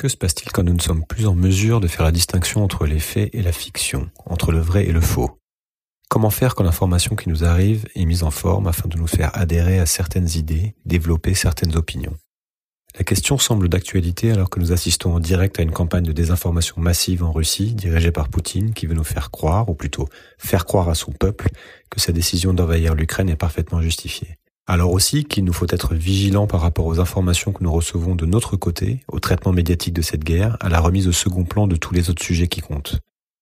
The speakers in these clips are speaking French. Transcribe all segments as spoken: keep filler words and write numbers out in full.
Que se passe-t-il quand nous ne sommes plus en mesure de faire la distinction entre les faits et la fiction, entre le vrai et le faux ? Comment faire quand l'information qui nous arrive est mise en forme afin de nous faire adhérer à certaines idées, développer certaines opinions ? La question semble d'actualité alors que nous assistons en direct à une campagne de désinformation massive en Russie, dirigée par Poutine, qui veut nous faire croire, ou plutôt faire croire à son peuple, que sa décision d'envahir l'Ukraine est parfaitement justifiée. Alors aussi qu'il nous faut être vigilants par rapport aux informations que nous recevons de notre côté, au traitement médiatique de cette guerre, à la remise au second plan de tous les autres sujets qui comptent.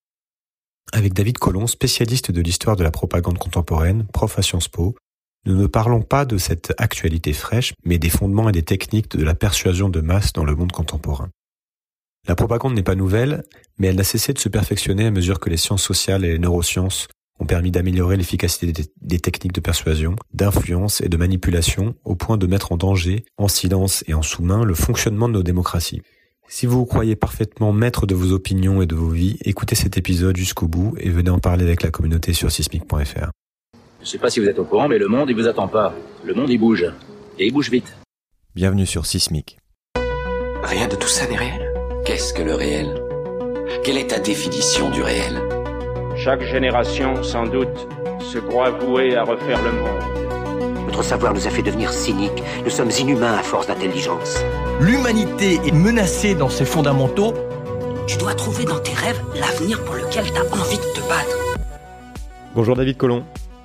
Avec David Colomb, spécialiste de l'histoire de la propagande contemporaine, prof à Sciences Po, nous ne parlons pas de cette actualité fraîche, mais des fondements et des techniques de la persuasion de masse dans le monde contemporain. La propagande n'est pas nouvelle, mais elle n'a cessé de se perfectionner à mesure que les sciences sociales et les neurosciences ont permis d'améliorer l'efficacité des, des techniques de persuasion, d'influence et de manipulation au point de mettre en danger, en silence et en sous-main, le fonctionnement de nos démocraties. Si vous vous croyez parfaitement maître de vos opinions et de vos vies, écoutez cet épisode jusqu'au bout et venez en parler avec la communauté sur sismic point f r. Je sais pas si vous êtes au courant, mais le monde, il vous attend pas. Le monde, il bouge. Et il bouge vite. Bienvenue sur Sismic. Rien de tout ça n'est réel. Qu'est-ce que le réel ? Quelle est ta définition du réel ? Chaque génération, sans doute, se croit vouée à refaire le monde. Notre savoir nous a fait devenir cyniques. Nous sommes inhumains à force d'intelligence. L'humanité est menacée dans ses fondamentaux. Tu dois trouver dans tes rêves l'avenir pour lequel tu as envie de te battre. Bonjour David Colomb.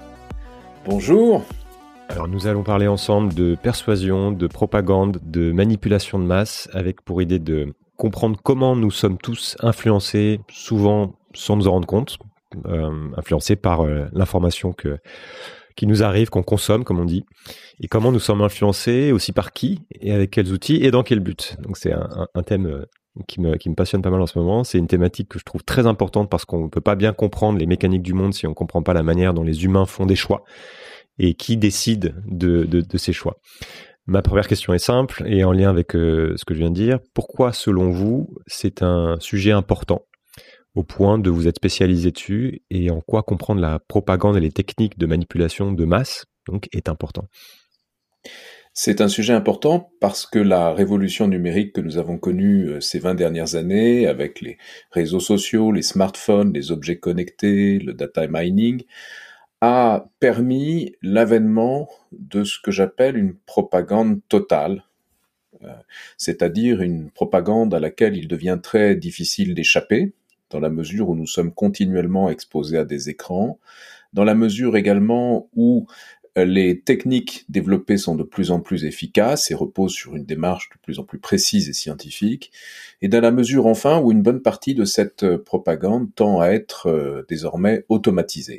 Bonjour. Alors nous allons parler ensemble de persuasion, de propagande, de manipulation de masse, avec pour idée de comprendre comment nous sommes tous influencés, souvent sans nous en rendre compte, euh, influencés par euh, l'information que, qui nous arrive, qu'on consomme, comme on dit, et comment nous sommes influencés, aussi par qui, et avec quels outils, et dans quel but. Donc c'est un, un, un thème euh, qui me, qui me passionne pas mal en ce moment. C'est une thématique que je trouve très importante parce qu'on ne peut pas bien comprendre les mécaniques du monde si on ne comprend pas la manière dont les humains font des choix et qui décide de, de, de ces choix. Ma première question est simple et en lien avec euh, ce que je viens de dire. Pourquoi, selon vous, c'est un sujet important au point de vous être spécialisé dessus et en quoi comprendre la propagande et les techniques de manipulation de masse donc, est important ? C'est un sujet important parce que la révolution numérique que nous avons connue ces vingt dernières années, avec les réseaux sociaux, les smartphones, les objets connectés, le data mining, a permis l'avènement de ce que j'appelle une propagande totale, euh, c'est-à-dire une propagande à laquelle il devient très difficile d'échapper, dans la mesure où nous sommes continuellement exposés à des écrans, dans la mesure également où les techniques développées sont de plus en plus efficaces et reposent sur une démarche de plus en plus précise et scientifique, et dans la mesure enfin où une bonne partie de cette propagande tend à être euh, désormais automatisée.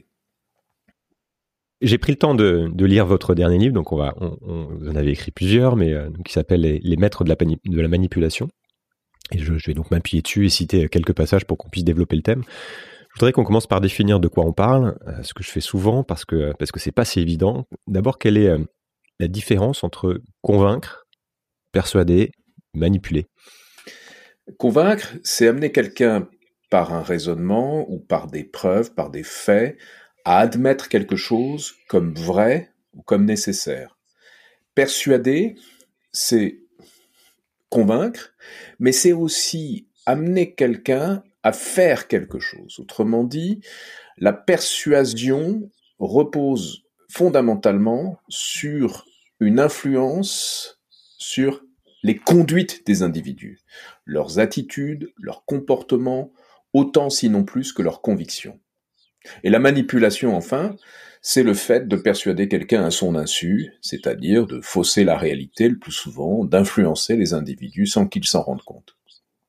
J'ai pris le temps de, de lire votre dernier livre, donc on va, on, on, vous en avez écrit plusieurs, mais euh, qui s'appelle les, les maîtres de la, pani- de la manipulation. Et je, je vais donc m'appuyer dessus et citer quelques passages pour qu'on puisse développer le thème. Je voudrais qu'on commence par définir de quoi on parle, euh, ce que je fais souvent parce que parce que c'est pas si évident. D'abord, quelle est euh, la différence entre convaincre, persuader, manipuler ? Convaincre, c'est amener quelqu'un par un raisonnement ou par des preuves, par des faits, à admettre quelque chose comme vrai ou comme nécessaire. Persuader, c'est convaincre, mais c'est aussi amener quelqu'un à faire quelque chose. Autrement dit, la persuasion repose fondamentalement sur une influence sur les conduites des individus, leurs attitudes, leurs comportements, autant sinon plus que leurs convictions. Et la manipulation, enfin, c'est le fait de persuader quelqu'un à son insu, c'est-à-dire de fausser la réalité le plus souvent, d'influencer les individus sans qu'ils s'en rendent compte.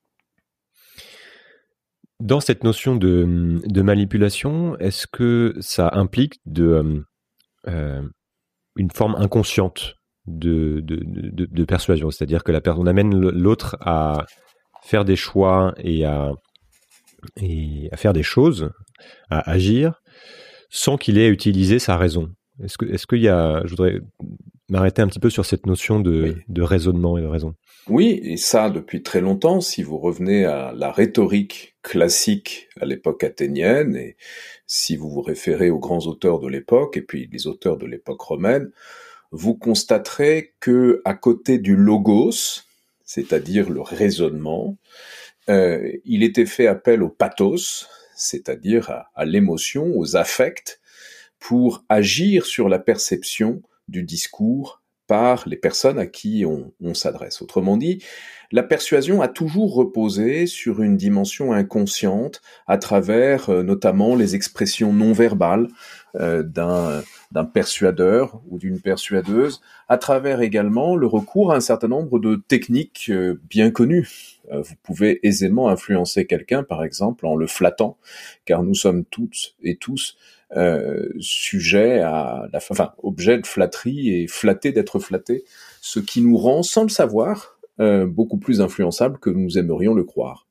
Dans cette notion de, de manipulation, est-ce que ça implique de, euh, une forme inconsciente de, de, de, de persuasion ? C'est-à-dire que la personne amène l'autre à faire des choix et à, et à faire des choses, à agir, sans qu'il ait utilisé sa raison. Est-ce que, est-ce qu'il y a, je voudrais m'arrêter un petit peu sur cette notion de, oui. de raisonnement et de raison. Oui, et ça depuis très longtemps, si vous revenez à la rhétorique classique à l'époque athénienne, et si vous vous référez aux grands auteurs de l'époque, et puis les auteurs de l'époque romaine, vous constaterez que à côté du logos, c'est-à-dire le raisonnement. Euh, il était fait appel au pathos, c'est-à-dire à, à l'émotion, aux affects, pour agir sur la perception du discours par les personnes à qui on, on s'adresse. Autrement dit, la persuasion a toujours reposé sur une dimension inconsciente à travers euh, notamment les expressions non verbales euh, d'un, d'un persuadeur ou d'une persuadeuse, à travers également le recours à un certain nombre de techniques euh, bien connues. Euh, vous pouvez aisément influencer quelqu'un, par exemple, en le flattant, car nous sommes toutes et tous Euh, sujet à la, enfin, objet de flatterie et flatté d'être flatté, ce qui nous rend, sans le savoir, euh, beaucoup plus influençable que nous aimerions le croire.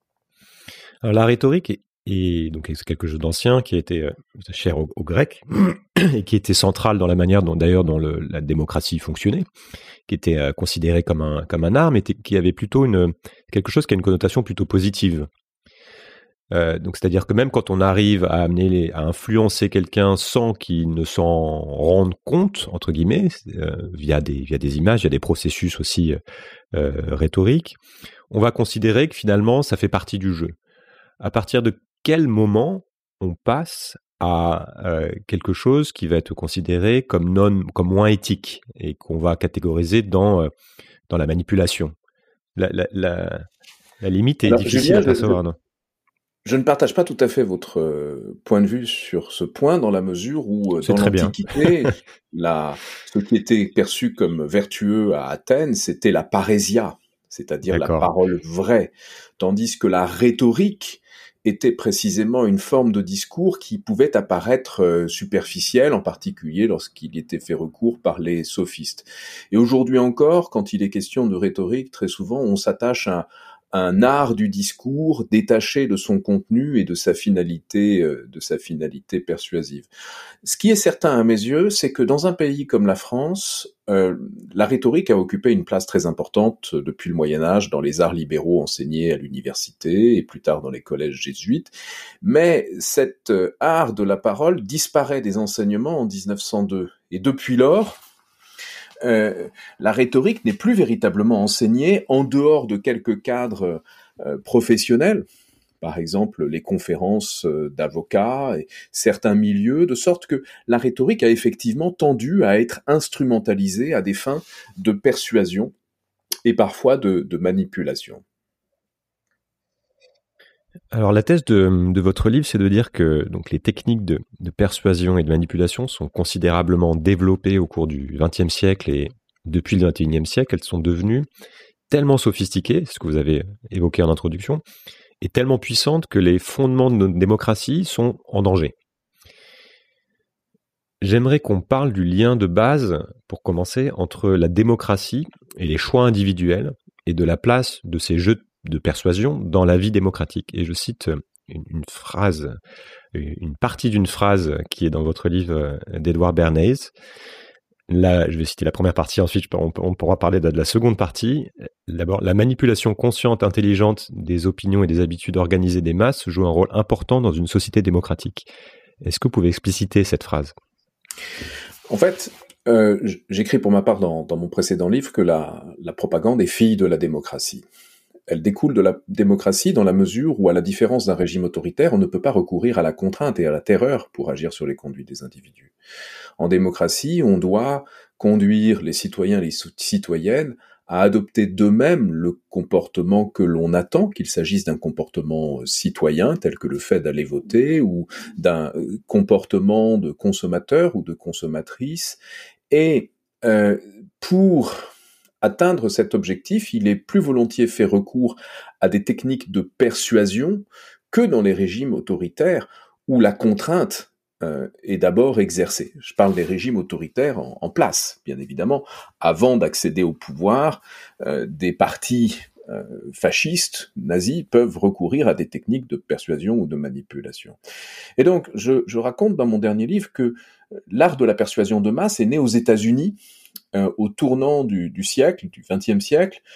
Alors, la rhétorique est, est donc c'est quelque chose d'ancien qui a été euh, cher aux, aux Grecs et qui était central dans la manière dont d'ailleurs dont le, la démocratie fonctionnait, qui était euh, considéré comme un comme un art, mais t- qui avait plutôt une quelque chose qui a une connotation plutôt positive. Euh, donc, c'est-à-dire que même quand on arrive à amener, les, à influencer quelqu'un sans qu'il ne s'en rende compte, entre guillemets, euh, via des via des images, via des processus aussi euh, rhétoriques, on va considérer que finalement ça fait partie du jeu. À partir de quel moment on passe à euh, quelque chose qui va être considéré comme non, comme moins éthique et qu'on va catégoriser dans euh, dans la manipulation. La la la, la limite est Alors, difficile Julien, à percevoir. je, Non je ne partage pas tout à fait votre euh, point de vue sur ce point, dans la mesure où, euh, C'est dans très bien. l'Antiquité, la, ce qui était perçu comme vertueux à Athènes, c'était la parésia, c'est-à-dire la D'accord. parole vraie, tandis que la rhétorique était précisément une forme de discours qui pouvait apparaître euh, superficielle, en particulier lorsqu'il était fait recours par les sophistes. Et aujourd'hui encore, quand il est question de rhétorique, très souvent on s'attache à un art du discours détaché de son contenu et de sa finalité, euh, de sa finalité persuasive. Ce qui est certain à mes yeux, c'est que dans un pays comme la France, euh, la rhétorique a occupé une place très importante depuis le Moyen-Âge dans les arts libéraux enseignés à l'université et plus tard dans les collèges jésuites. Mais cet euh, art de la parole disparaît des enseignements en dix-neuf cent deux. Et depuis lors, Euh, la rhétorique n'est plus véritablement enseignée en dehors de quelques cadres euh, professionnels, par exemple les conférences euh, d'avocats et certains milieux, de sorte que la rhétorique a effectivement tendu à être instrumentalisée à des fins de persuasion et parfois de, de manipulation. Alors la thèse de, de votre livre, c'est de dire que donc les techniques de, de persuasion et de manipulation sont considérablement développées au cours du vingtième siècle et depuis le vingt et unième siècle, elles sont devenues tellement sophistiquées, ce que vous avez évoqué en introduction, et tellement puissantes que les fondements de notre démocratie sont en danger. J'aimerais qu'on parle du lien de base, pour commencer, entre la démocratie et les choix individuels et de la place de ces jeux de persuasion dans la vie démocratique. Et je cite une, une phrase, une partie d'une phrase qui est dans votre livre d'Edward Bernays. Là, je vais citer la première partie, ensuite on, on pourra parler de la seconde partie. D'abord, la manipulation consciente, intelligente des opinions et des habitudes organisées des masses joue un rôle important dans une société démocratique. Est-ce que vous pouvez expliciter cette phrase ? En fait, euh, j'écris pour ma part dans, dans mon précédent livre que la, la propagande est fille de la démocratie. Elle découle de la démocratie dans la mesure où, à la différence d'un régime autoritaire, on ne peut pas recourir à la contrainte et à la terreur pour agir sur les conduites des individus. En démocratie, on doit conduire les citoyens et les citoyennes à adopter d'eux-mêmes le comportement que l'on attend, qu'il s'agisse d'un comportement citoyen, tel que le fait d'aller voter, ou d'un comportement de consommateur ou de consommatrice. Et euh, pour atteindre cet objectif, il est plus volontiers fait recours à des techniques de persuasion que dans les régimes autoritaires où la contrainte euh, est d'abord exercée. Je parle des régimes autoritaires en, en place, bien évidemment. Avant d'accéder au pouvoir, euh, des partis euh, fascistes, nazis, peuvent recourir à des techniques de persuasion ou de manipulation. Et donc, je, je raconte dans mon dernier livre que l'art de la persuasion de masse est né aux États-Unis, Euh, au tournant du, du siècle, du vingtième siècle,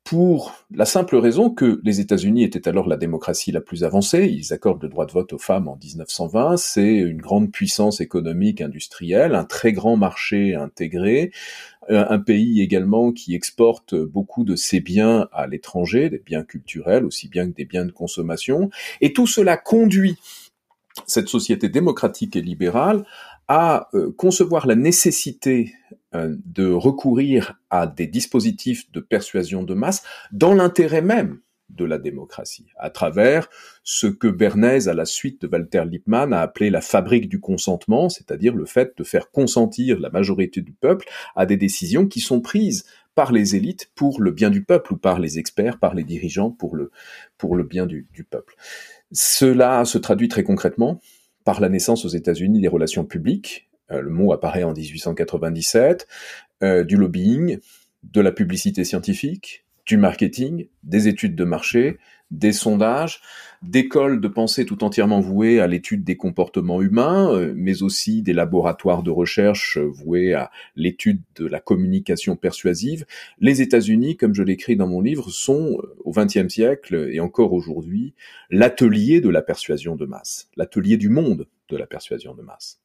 pour la simple raison que les États-Unis étaient alors la démocratie la plus avancée. Ils accordent le droit de vote aux femmes en dix-neuf cent vingt. C'est une grande puissance économique, industrielle, un très grand marché intégré, un pays également qui exporte beaucoup de ses biens à l'étranger, des biens culturels aussi bien que des biens de consommation. Et tout cela conduit cette société démocratique et libérale à euh, concevoir la nécessité euh, de recourir à des dispositifs de persuasion de masse dans l'intérêt même de la démocratie, à travers ce que Bernays, à la suite de Walter Lippmann, a appelé la fabrique du consentement, c'est-à-dire le fait de faire consentir la majorité du peuple à des décisions qui sont prises par les élites pour le bien du peuple, ou par les experts, par les dirigeants pour le, pour le bien du, du peuple. Cela se traduit très concrètement par la naissance aux États-Unis des relations publiques, euh, le mot apparaît en dix-huit cent quatre-vingt-dix-sept, euh, du lobbying, de la publicité scientifique, du marketing, des études de marché, des sondages, d'écoles de pensée tout entièrement vouées à l'étude des comportements humains, euh, mais aussi des laboratoires de recherche euh, voués à l'étude de la communication persuasive. Les États-Unis, comme je l'écris dans mon livre, sont, euh, au vingtième siècle et encore aujourd'hui, l'atelier de la persuasion de masse, l'atelier du monde de la persuasion de masse.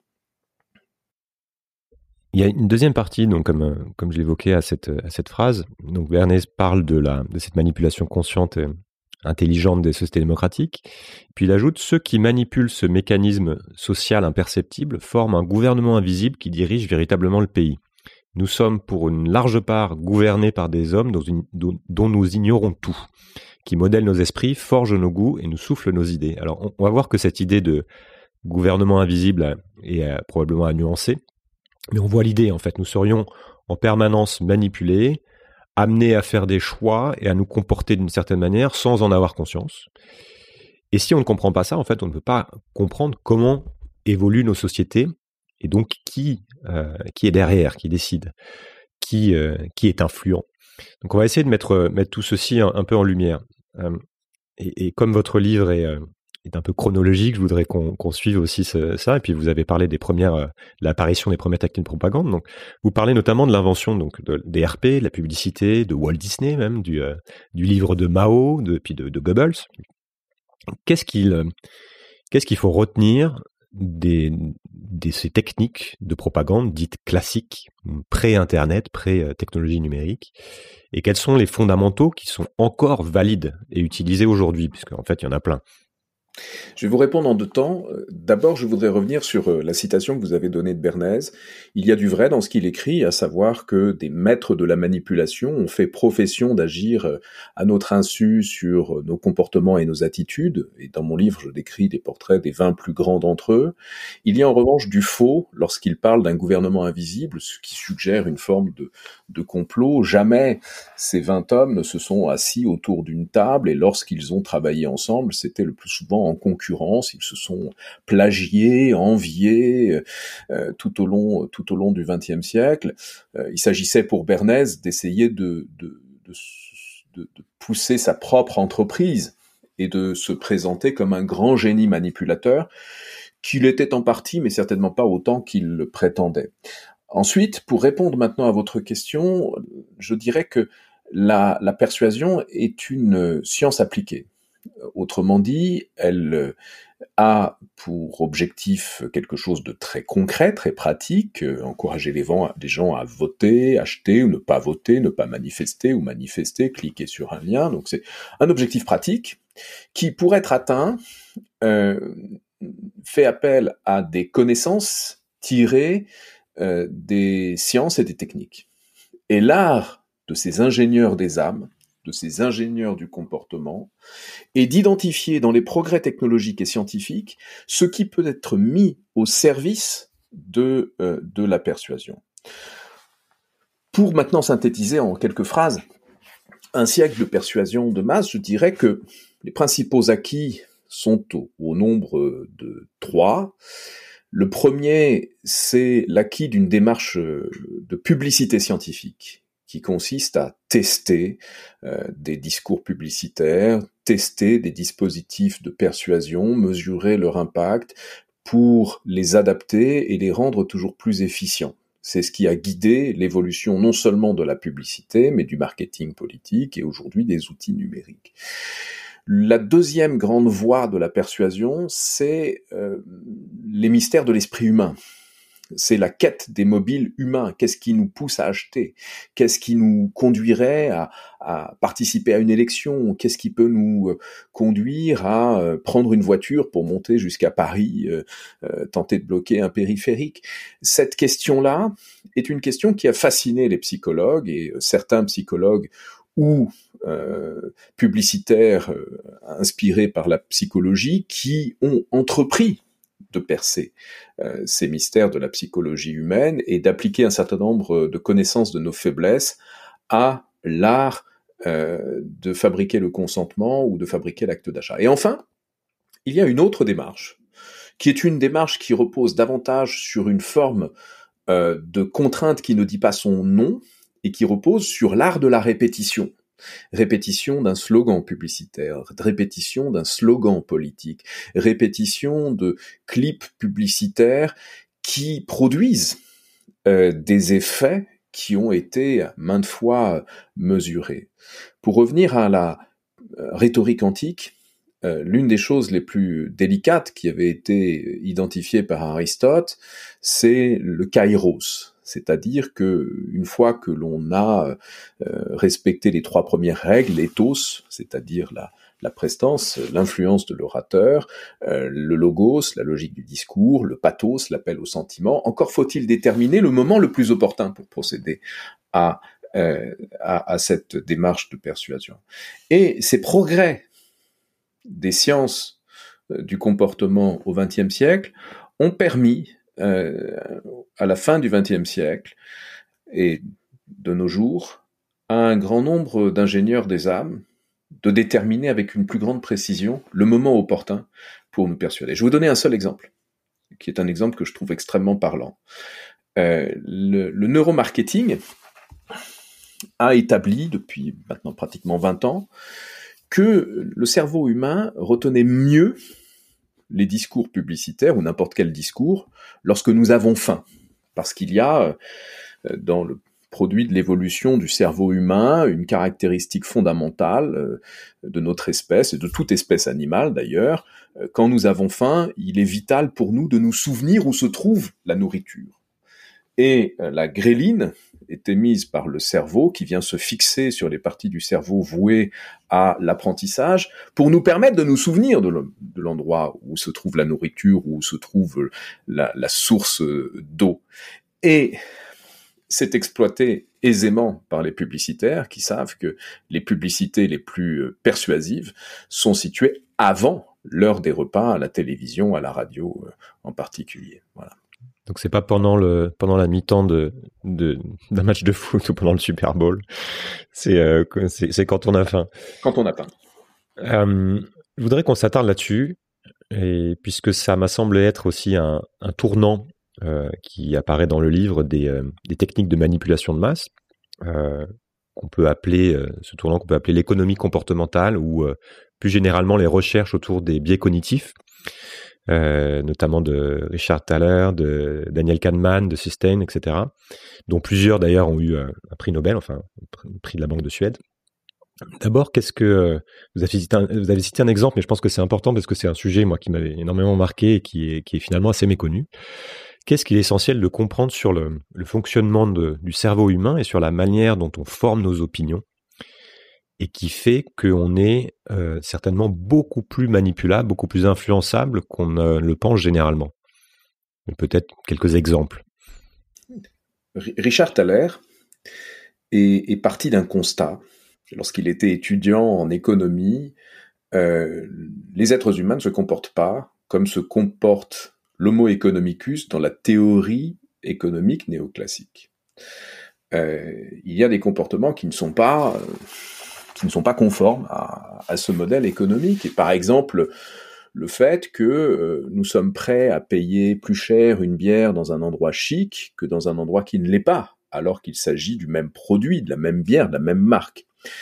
Il y a une deuxième partie, donc comme, comme je l'évoquais à cette, à cette phrase. Donc Bernays parle de, la, de cette manipulation consciente et intelligente des sociétés démocratiques. Puis il ajoute « Ceux qui manipulent ce mécanisme social imperceptible forment un gouvernement invisible qui dirige véritablement le pays. Nous sommes pour une large part gouvernés par des hommes dont, une, dont, dont nous ignorons tout, qui modèlent nos esprits, forgent nos goûts et nous soufflent nos idées. » Alors on, on va voir que cette idée de gouvernement invisible est euh, probablement à nuancer. Mais on voit l'idée, en fait. Nous serions en permanence manipulés, amenés à faire des choix et à nous comporter d'une certaine manière sans en avoir conscience. Et si on ne comprend pas ça, en fait, on ne peut pas comprendre comment évoluent nos sociétés et donc qui, euh, qui est derrière, qui décide, qui, euh, qui est influent. Donc on va essayer de mettre, mettre tout ceci un, un peu en lumière. Euh, et, et comme votre livre est... Euh, est un peu chronologique, je voudrais qu'on, qu'on suive aussi ce, ça. Et puis vous avez parlé des premières, euh, l'apparition des premières techniques de propagande. Donc vous parlez notamment de l'invention donc de, des R P, de la publicité, de Walt Disney même, du, euh, du livre de Mao, de, puis de, de Goebbels. Qu'est-ce qu'il, euh, qu'est-ce qu'il faut retenir des, de ces techniques de propagande dites classiques, pré-internet, pré-technologie numérique, et quels sont les fondamentaux qui sont encore valides et utilisés aujourd'hui, puisque en fait il y en a plein. Je vais vous répondre en deux temps. D'abord, je voudrais revenir sur la citation que vous avez donnée de Bernays. Il y a du vrai dans ce qu'il écrit, à savoir que des maîtres de la manipulation ont fait profession d'agir à notre insu sur nos comportements et nos attitudes. Et dans mon livre, je décris des portraits des vingt plus grands d'entre eux. Il y a en revanche du faux lorsqu'il parle d'un gouvernement invisible, ce qui suggère une forme de, de complot. Jamais ces vingt hommes ne se sont assis autour d'une table et lorsqu'ils ont travaillé ensemble, c'était le plus souvent en concurrence, ils se sont plagiés, enviés euh, tout au long tout au long du vingtième siècle. Euh, il s'agissait pour Bernays d'essayer de, de, de, de, de pousser sa propre entreprise et de se présenter comme un grand génie manipulateur, qu'il était en partie, mais certainement pas autant qu'il le prétendait. Ensuite, pour répondre maintenant à votre question, je dirais que la, la persuasion est une science appliquée. Autrement dit, elle a pour objectif quelque chose de très concret, très pratique, encourager les gens à voter, acheter ou ne pas voter, ne pas manifester ou manifester, cliquer sur un lien. Donc c'est un objectif pratique qui, pour être atteint, euh, fait appel à des connaissances tirées euh, des sciences et des techniques. Et l'art de ces ingénieurs des âmes, de ces ingénieurs du comportement, et d'identifier dans les progrès technologiques et scientifiques ce qui peut être mis au service de, euh, de la persuasion. Pour maintenant synthétiser en quelques phrases un siècle de persuasion de masse, je dirais que les principaux acquis sont au, au nombre de trois. Le premier, c'est l'acquis d'une démarche de publicité scientifique, qui consiste à tester euh, des discours publicitaires, tester des dispositifs de persuasion, mesurer leur impact pour les adapter et les rendre toujours plus efficients. C'est ce qui a guidé l'évolution non seulement de la publicité, mais du marketing politique et aujourd'hui des outils numériques. La deuxième grande voie de la persuasion, c'est euh, les mystères de l'esprit humain. C'est la quête des mobiles humains. Qu'est-ce qui nous pousse à acheter? Qu'est-ce qui nous conduirait à, à participer à une élection? Qu'est-ce qui peut nous euh, conduire à euh, prendre une voiture pour monter jusqu'à Paris, euh, euh, tenter de bloquer un périphérique? Cette question-là est une question qui a fasciné les psychologues et euh, certains psychologues ou euh, publicitaires euh, inspirés par la psychologie qui ont entrepris de percer euh, ces mystères de la psychologie humaine et d'appliquer un certain nombre de connaissances de nos faiblesses à l'art euh, de fabriquer le consentement ou de fabriquer l'acte d'achat. Et enfin, il y a une autre démarche, qui est une démarche qui repose davantage sur une forme euh, de contrainte qui ne dit pas son nom et qui repose sur l'art de la répétition. Répétition d'un slogan publicitaire, répétition d'un slogan politique, répétition de clips publicitaires qui produisent euh, des effets qui ont été maintes fois mesurés. Pour revenir à la euh, rhétorique antique, euh, l'une des choses les plus délicates qui avait été identifiée par Aristote, c'est le kairos. C'est-à-dire que une fois que l'on a euh, respecté les trois premières règles, l'éthos, c'est-à-dire la, la prestance, l'influence de l'orateur, euh, le logos, la logique du discours, le pathos, l'appel au sentiment, encore faut-il déterminer le moment le plus opportun pour procéder à, euh, à, à cette démarche de persuasion. Et ces progrès des sciences euh, du comportement au vingtième siècle ont permis Euh, à la fin du vingtième siècle et de nos jours, à un grand nombre d'ingénieurs des âmes de déterminer avec une plus grande précision le moment opportun pour nous persuader. Je vais vous donner un seul exemple, qui est un exemple que je trouve extrêmement parlant. Euh, le, le neuromarketing a établi depuis maintenant pratiquement vingt ans que le cerveau humain retenait mieux les discours publicitaires ou n'importe quel discours lorsque nous avons faim. Parce qu'il y a euh, dans le produit de l'évolution du cerveau humain une caractéristique fondamentale euh, de notre espèce et de toute espèce animale d'ailleurs. Euh, quand nous avons faim, il est vital pour nous de nous souvenir où se trouve la nourriture. Et euh, la gréline est émise par le cerveau qui vient se fixer sur les parties du cerveau vouées à l'apprentissage pour nous permettre de nous souvenir de, le, de l'endroit où se trouve la nourriture, où se trouve la, la source d'eau. Et c'est exploité aisément par les publicitaires qui savent que les publicités les plus persuasives sont situées avant l'heure des repas à la télévision, à la radio en particulier. Voilà. Donc c'est pas pendant le pendant la mi-temps de, de d'un match de foot ou pendant le Super Bowl. C'est euh, c'est, c'est quand on a faim. Quand on a faim. Euh, je voudrais qu'on s'attarde là-dessus, et puisque ça m'a semblé être aussi un, un tournant euh, qui apparaît dans le livre des, euh, des techniques de manipulation de masse, euh, qu'on peut appeler euh, ce tournant qu'on peut appeler l'économie comportementale ou euh, plus généralement les recherches autour des biais cognitifs. Euh, notamment de Richard Thaler, de Daniel Kahneman, de Sustein, et cetera, dont plusieurs d'ailleurs ont eu un prix Nobel, enfin un prix de la Banque de Suède. D'abord, qu'est-ce que euh, vous avez cité un, vous avez cité un exemple, mais je pense que c'est important parce que c'est un sujet moi qui m'avait énormément marqué et qui est, qui est finalement assez méconnu. Qu'est-ce qu'il est essentiel de comprendre sur le, le fonctionnement de, du cerveau humain et sur la manière dont on forme nos opinions, et qui fait qu'on est euh, certainement beaucoup plus manipulable, beaucoup plus influençable qu'on euh, le pense généralement. Peut-être quelques exemples. Richard Thaler est, est parti d'un constat. Lorsqu'il était étudiant en économie, euh, les êtres humains ne se comportent pas comme se comporte l'homo economicus dans la théorie économique néoclassique. Euh, il y a des comportements qui ne sont pas... Euh, qui ne sont pas conformes à, à ce modèle économique. Et par exemple, le fait que euh, nous sommes prêts à payer plus cher une bière dans un endroit chic que dans un endroit qui ne l'est pas, alors qu'il s'agit du même produit, de la même bière, de la même marque.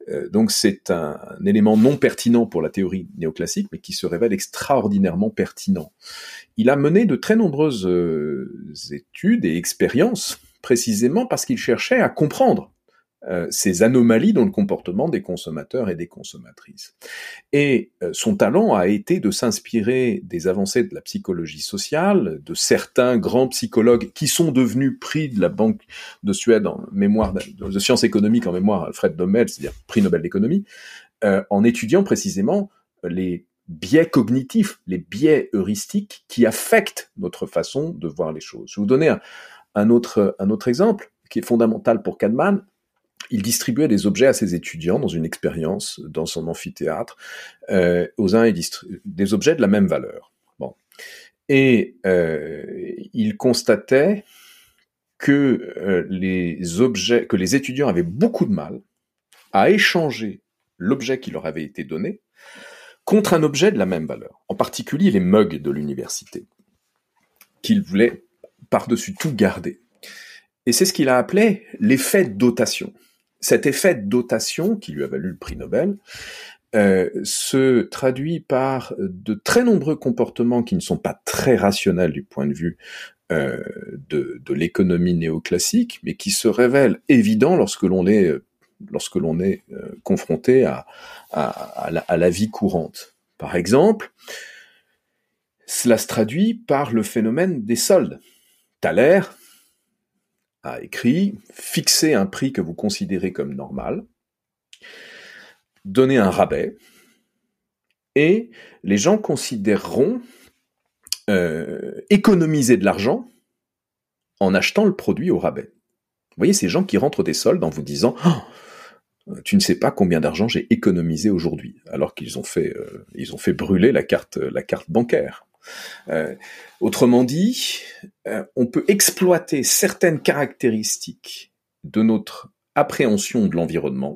Euh, donc c'est un, un élément non pertinent pour la théorie néoclassique, mais qui se révèle extraordinairement pertinent. Il a mené de très nombreuses euh, études et expériences, précisément parce qu'il cherchait à comprendre euh, ces anomalies dans le comportement des consommateurs et des consommatrices. Et euh, son talent a été de s'inspirer des avancées de la psychologie sociale, de certains grands psychologues qui sont devenus prix de la Banque de Suède en mémoire de, de sciences économiques en mémoire Alfred Nobel, c'est-à-dire prix Nobel d'économie, euh, en étudiant précisément les biais cognitifs, les biais heuristiques qui affectent notre façon de voir les choses. Je vais vous donner un, un, autre, un autre exemple qui est fondamental pour Kahneman. Il distribuait des objets à ses étudiants dans une expérience, dans son amphithéâtre. Euh, aux uns, il distribuait des objets de la même valeur. Bon. Et euh, il constatait que euh, les objets, que les étudiants avaient beaucoup de mal à échanger l'objet qui leur avait été donné contre un objet de la même valeur. En particulier les mugs de l'université, qu'il voulait par-dessus tout garder. Et c'est ce qu'il a appelé l'effet de dotation. Cet effet de dotation, qui lui a valu le prix Nobel, euh, se traduit par de très nombreux comportements qui ne sont pas très rationnels du point de vue euh, de, de l'économie néoclassique, mais qui se révèlent évidents lorsque l'on est, lorsque l'on est euh, confronté à, à, à, la, à la vie courante. Par exemple, cela se traduit par le phénomène des soldes. Thaler a écrit « Fixez un prix que vous considérez comme normal, donnez un rabais, et les gens considéreront euh, économiser de l'argent en achetant le produit au rabais. » Vous voyez ces gens qui rentrent des soldes en vous disant oh, « Tu ne sais pas combien d'argent j'ai économisé aujourd'hui », alors qu'ils ont fait, euh, ils ont fait brûler la carte, la carte bancaire. Euh, autrement dit, euh, on peut exploiter certaines caractéristiques de notre appréhension de l'environnement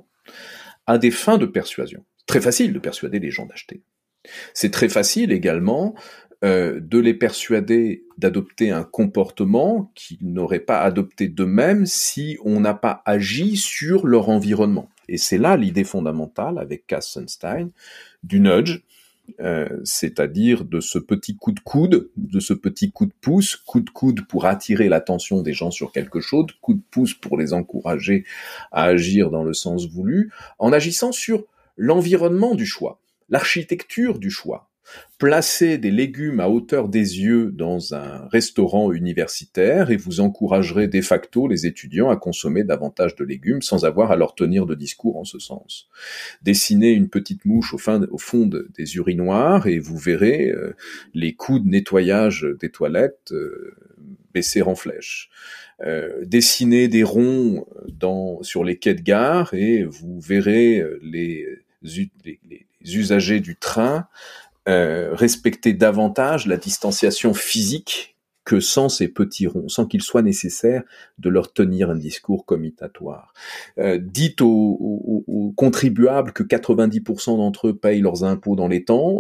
à des fins de persuasion. Très facile de persuader les gens d'acheter. C'est très facile également euh, de les persuader d'adopter un comportement qu'ils n'auraient pas adopté d'eux-mêmes si on n'a pas agi sur leur environnement. Et c'est là l'idée fondamentale avec Kassenstein du nudge, Euh, c'est-à-dire de ce petit coup de coude, de ce petit coup de pouce, coup de coude pour attirer l'attention des gens sur quelque chose, coup de pouce pour les encourager à agir dans le sens voulu, en agissant sur l'environnement du choix, l'architecture du choix. Placez des légumes à hauteur des yeux dans un restaurant universitaire et vous encouragerez de facto les étudiants à consommer davantage de légumes sans avoir à leur tenir de discours en ce sens. Dessinez une petite mouche au, fin, au fond de, des urinoirs et vous verrez euh, les coûts de nettoyage des toilettes euh, baisser en flèche. Euh, dessinez des ronds dans, sur les quais de gare et vous verrez les, les, les usagers du train Euh, respecter davantage la distanciation physique que sans ces petits ronds, sans qu'il soit nécessaire de leur tenir un discours commutatoire. Euh, dites aux, aux, aux contribuables que quatre-vingt-dix pour cent d'entre eux payent leurs impôts dans les temps.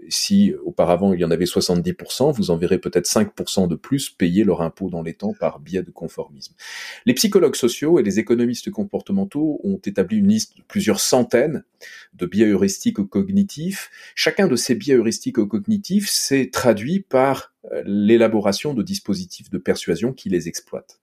Si auparavant il y en avait soixante-dix pour cent, vous en verrez peut-être cinq pour cent de plus payer leurs impôts dans les temps par biais de conformisme. Les psychologues sociaux et les économistes comportementaux ont établi une liste de plusieurs centaines de biais heuristiques ou cognitifs. Chacun de ces biais heuristiques ou cognitifs s'est traduit par l'élaboration de dispositifs de persuasion qui les exploitent.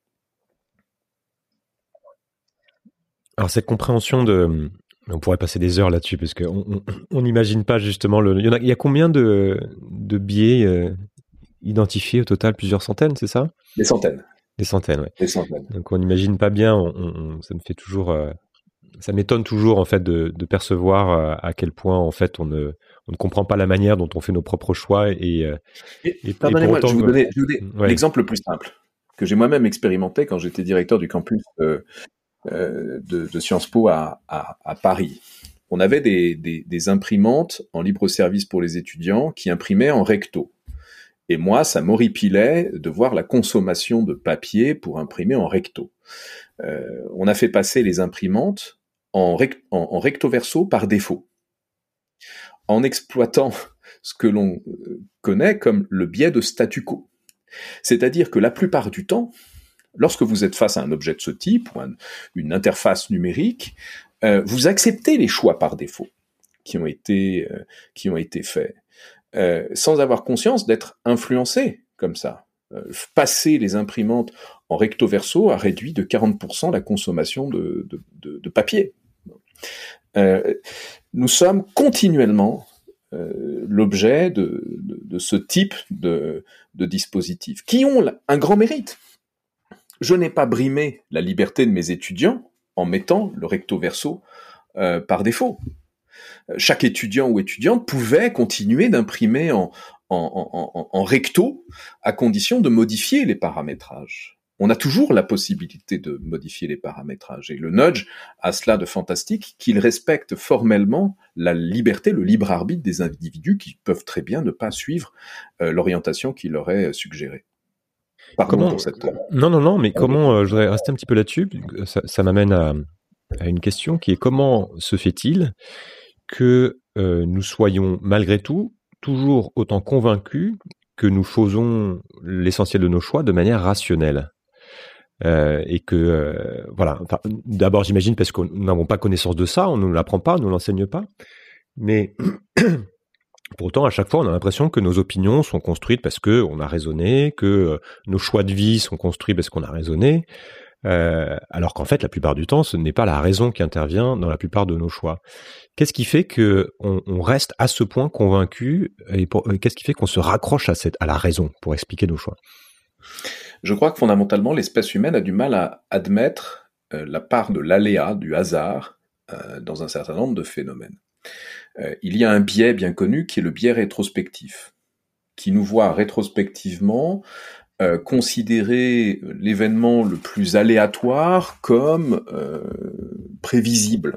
Alors cette compréhension de... On pourrait passer des heures là-dessus parce qu'on n'imagine pas justement... Le... Il, y en a, il y a combien de, de biais euh, identifiés au total? Plusieurs centaines, c'est ça? Des centaines. Des centaines, oui. Des centaines. Donc on n'imagine pas bien, on, on, ça me fait toujours... Euh, ça m'étonne toujours en fait de, de percevoir euh, à quel point en fait on ne, on ne comprend pas la manière dont on fait nos propres choix et... Euh, et, et pardonnez-moi, autant, je vais vous donner, je vous donner ouais. l'exemple le plus simple que j'ai moi-même expérimenté quand j'étais directeur du campus euh, euh, de, de Sciences Po à, à, à Paris. On avait des, des, des imprimantes en libre service pour les étudiants qui imprimaient en recto. Et moi, ça m'horripilait de voir la consommation de papier pour imprimer en recto. Euh, on a fait passer les imprimantes en, rec- en, en recto verso par défaut, en exploitant ce que l'on connaît comme le biais de statu quo. C'est-à-dire que la plupart du temps, lorsque vous êtes face à un objet de ce type, ou un, une interface numérique, Euh, vous acceptez les choix par défaut qui ont été, euh, qui ont été faits, euh, sans avoir conscience d'être influencé comme ça. Euh, passer les imprimantes en recto verso a réduit de quarante pour cent la consommation de, de, de, de papier. Euh, nous sommes continuellement euh, l'objet de, de, de ce type de, de dispositifs, qui ont un grand mérite. Je n'ai pas brimé la liberté de mes étudiants en mettant le recto verso euh, par défaut. Chaque étudiant ou étudiante pouvait continuer d'imprimer en, en, en, en recto à condition de modifier les paramétrages. On a toujours la possibilité de modifier les paramétrages. Et le nudge a cela de fantastique qu'il respecte formellement la liberté, le libre arbitre des individus qui peuvent très bien ne pas suivre euh, l'orientation qu'il leur est suggérée. Pardon Comment... pour cette... Non, non, non, mais comment, euh, je voudrais rester un petit peu là-dessus, ça, ça m'amène à, à une question qui est comment se fait-il que euh, nous soyons malgré tout toujours autant convaincus que nous faisons l'essentiel de nos choix de manière rationnelle euh, et que euh, voilà. Enfin, d'abord, j'imagine parce que nous n'avons pas connaissance de ça, on ne nous l'apprend pas, on ne nous l'enseigne pas, mais pourtant, à chaque fois, on a l'impression que nos opinions sont construites parce que on a raisonné, que euh, nos choix de vie sont construits parce qu'on a raisonné. Euh, alors qu'en fait, la plupart du temps, ce n'est pas la raison qui intervient dans la plupart de nos choix. Qu'est-ce qui fait que on, on reste à ce point convaincu et pour, qu'est-ce qui fait qu'on se raccroche à, cette, à la raison pour expliquer nos choix? Je crois que fondamentalement, l'espèce humaine a du mal à admettre euh, la part de l'aléa, du hasard, euh, dans un certain nombre de phénomènes. Euh, il y a un biais bien connu qui est le biais rétrospectif, qui nous voit rétrospectivement Euh, considérer l'événement le plus aléatoire comme euh, prévisible,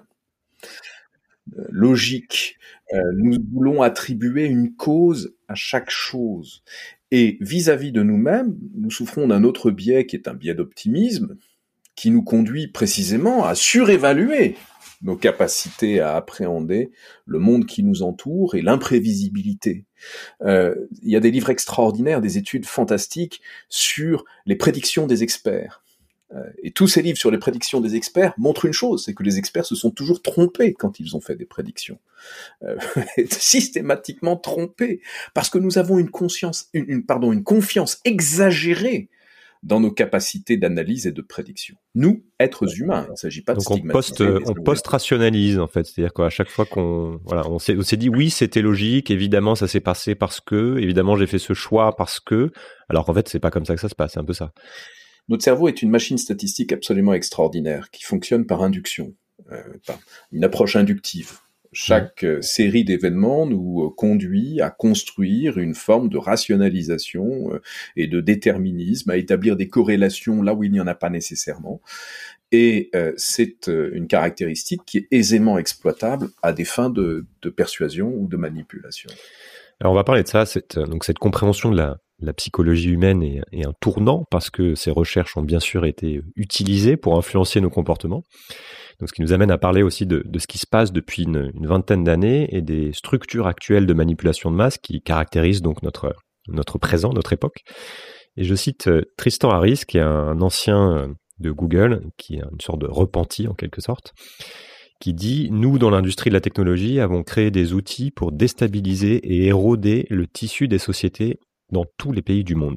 euh, logique. Euh, nous voulons attribuer une cause à chaque chose. Et vis-à-vis de nous-mêmes, nous souffrons d'un autre biais qui est un biais d'optimisme, qui nous conduit précisément à surévaluer nos capacités à appréhender le monde qui nous entoure et l'imprévisibilité. Euh, il y a des livres extraordinaires, des études fantastiques sur les prédictions des experts. Euh, et tous ces livres sur les prédictions des experts montrent une chose, c'est que les experts se sont toujours trompés quand ils ont fait des prédictions. Euh, systématiquement trompés, parce que nous avons une conscience, une, une, pardon, une confiance exagérée dans nos capacités d'analyse et de prédiction. Nous, êtres humains, il ne s'agit pas de Donc on post, on post-rationalise en fait, c'est-à-dire qu'à chaque fois qu'on, voilà, on s'est, on s'est dit oui, c'était logique, évidemment ça s'est passé parce que, évidemment j'ai fait ce choix parce que, alors qu'en fait c'est pas comme ça que ça se passe, c'est un peu ça. Notre cerveau est une machine statistique absolument extraordinaire qui fonctionne par induction, euh, par une approche inductive. Chaque euh, série d'événements nous euh, conduit à construire une forme de rationalisation euh, et de déterminisme, à établir des corrélations là où il n'y en a pas nécessairement. Et euh, c'est euh, une caractéristique qui est aisément exploitable à des fins de, de persuasion ou de manipulation. Alors on va parler de ça, cette, donc cette compréhension de la, la psychologie humaine est, est un tournant parce que ces recherches ont bien sûr été utilisées pour influencer nos comportements. Donc, ce qui nous amène à parler aussi de, de ce qui se passe depuis une, une vingtaine d'années et des structures actuelles de manipulation de masse qui caractérisent donc notre, notre présent, notre époque. Et je cite Tristan Harris, qui est un ancien de Google, qui est une sorte de repenti en quelque sorte, qui dit « Nous, dans l'industrie de la technologie, avons créé des outils pour déstabiliser et éroder le tissu des sociétés dans tous les pays du monde. »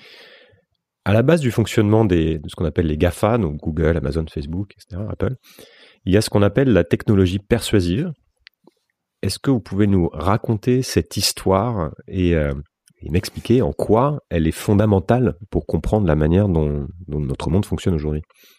À la base du fonctionnement des, de ce qu'on appelle les GAFA, donc Google, Amazon, Facebook, et cetera, Apple, il y a ce qu'on appelle la technologie persuasive. Est-ce que vous pouvez nous raconter cette histoire et, euh, et m'expliquer en quoi elle est fondamentale pour comprendre la manière dont, dont notre monde fonctionne aujourd'hui?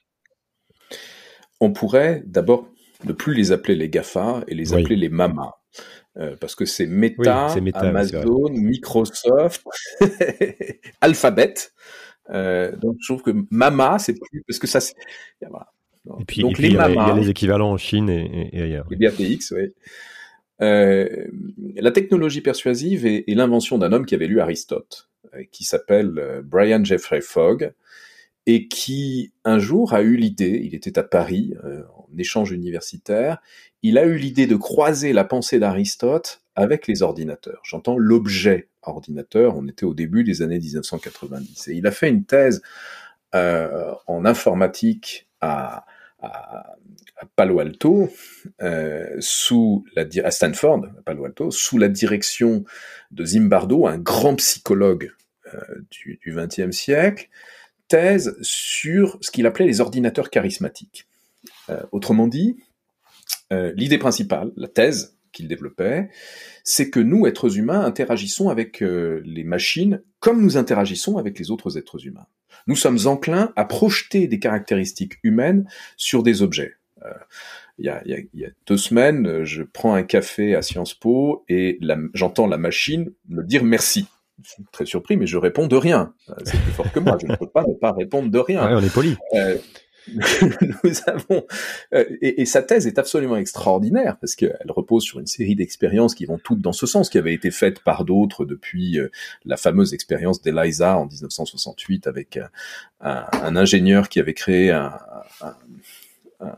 On pourrait d'abord ne plus les appeler les GAFA et les Oui. appeler les MAMA. Euh, parce que c'est Meta, oui, c'est Meta, Amazon, Microsoft, Alphabet. Euh, donc je trouve que Mama, c'est plus parce que ça. C'est... Voilà. Et puis, donc et puis les il, y a, Mama, il y a les équivalents en Chine et, et, et ailleurs. Les B A P X, oui. Euh, la technologie persuasive est, est l'invention d'un homme qui avait lu Aristote, euh, qui s'appelle euh, Brian Jeffrey Fogg, et qui un jour a eu l'idée. Il était à Paris euh, en échange universitaire. Il a eu l'idée de croiser la pensée d'Aristote avec les ordinateurs. J'entends l'objet ordinateur, on était au début des années dix-neuf cent quatre-vingt-dix. Et il a fait une thèse euh, en informatique à, à, à Palo Alto, euh, sous la à Stanford, à Palo Alto, sous la direction de Zimbardo, un grand psychologue euh, du vingtième siècle, thèse sur ce qu'il appelait les ordinateurs charismatiques. Euh, autrement dit, euh, l'idée principale, la thèse qu'il développait, c'est que nous, êtres humains, interagissons avec euh, les machines comme nous interagissons avec les autres êtres humains. Nous sommes enclins à projeter des caractéristiques humaines sur des objets. Euh, il, y a, il, y a, il y a deux semaines, je prends un café à Sciences Po et la, j'entends la machine me dire merci. Je suis très surpris, mais je réponds de rien. C'est plus fort que moi, je ne peux pas ne pas répondre de rien. Ouais, on est poli. Euh, nous avons euh, et, et sa thèse est absolument extraordinaire parce qu'elle repose sur une série d'expériences qui vont toutes dans ce sens, qui avaient été faites par d'autres depuis euh, la fameuse expérience d'Eliza en dix-neuf cent soixante-huit avec un, un, un ingénieur qui avait créé un, un, un,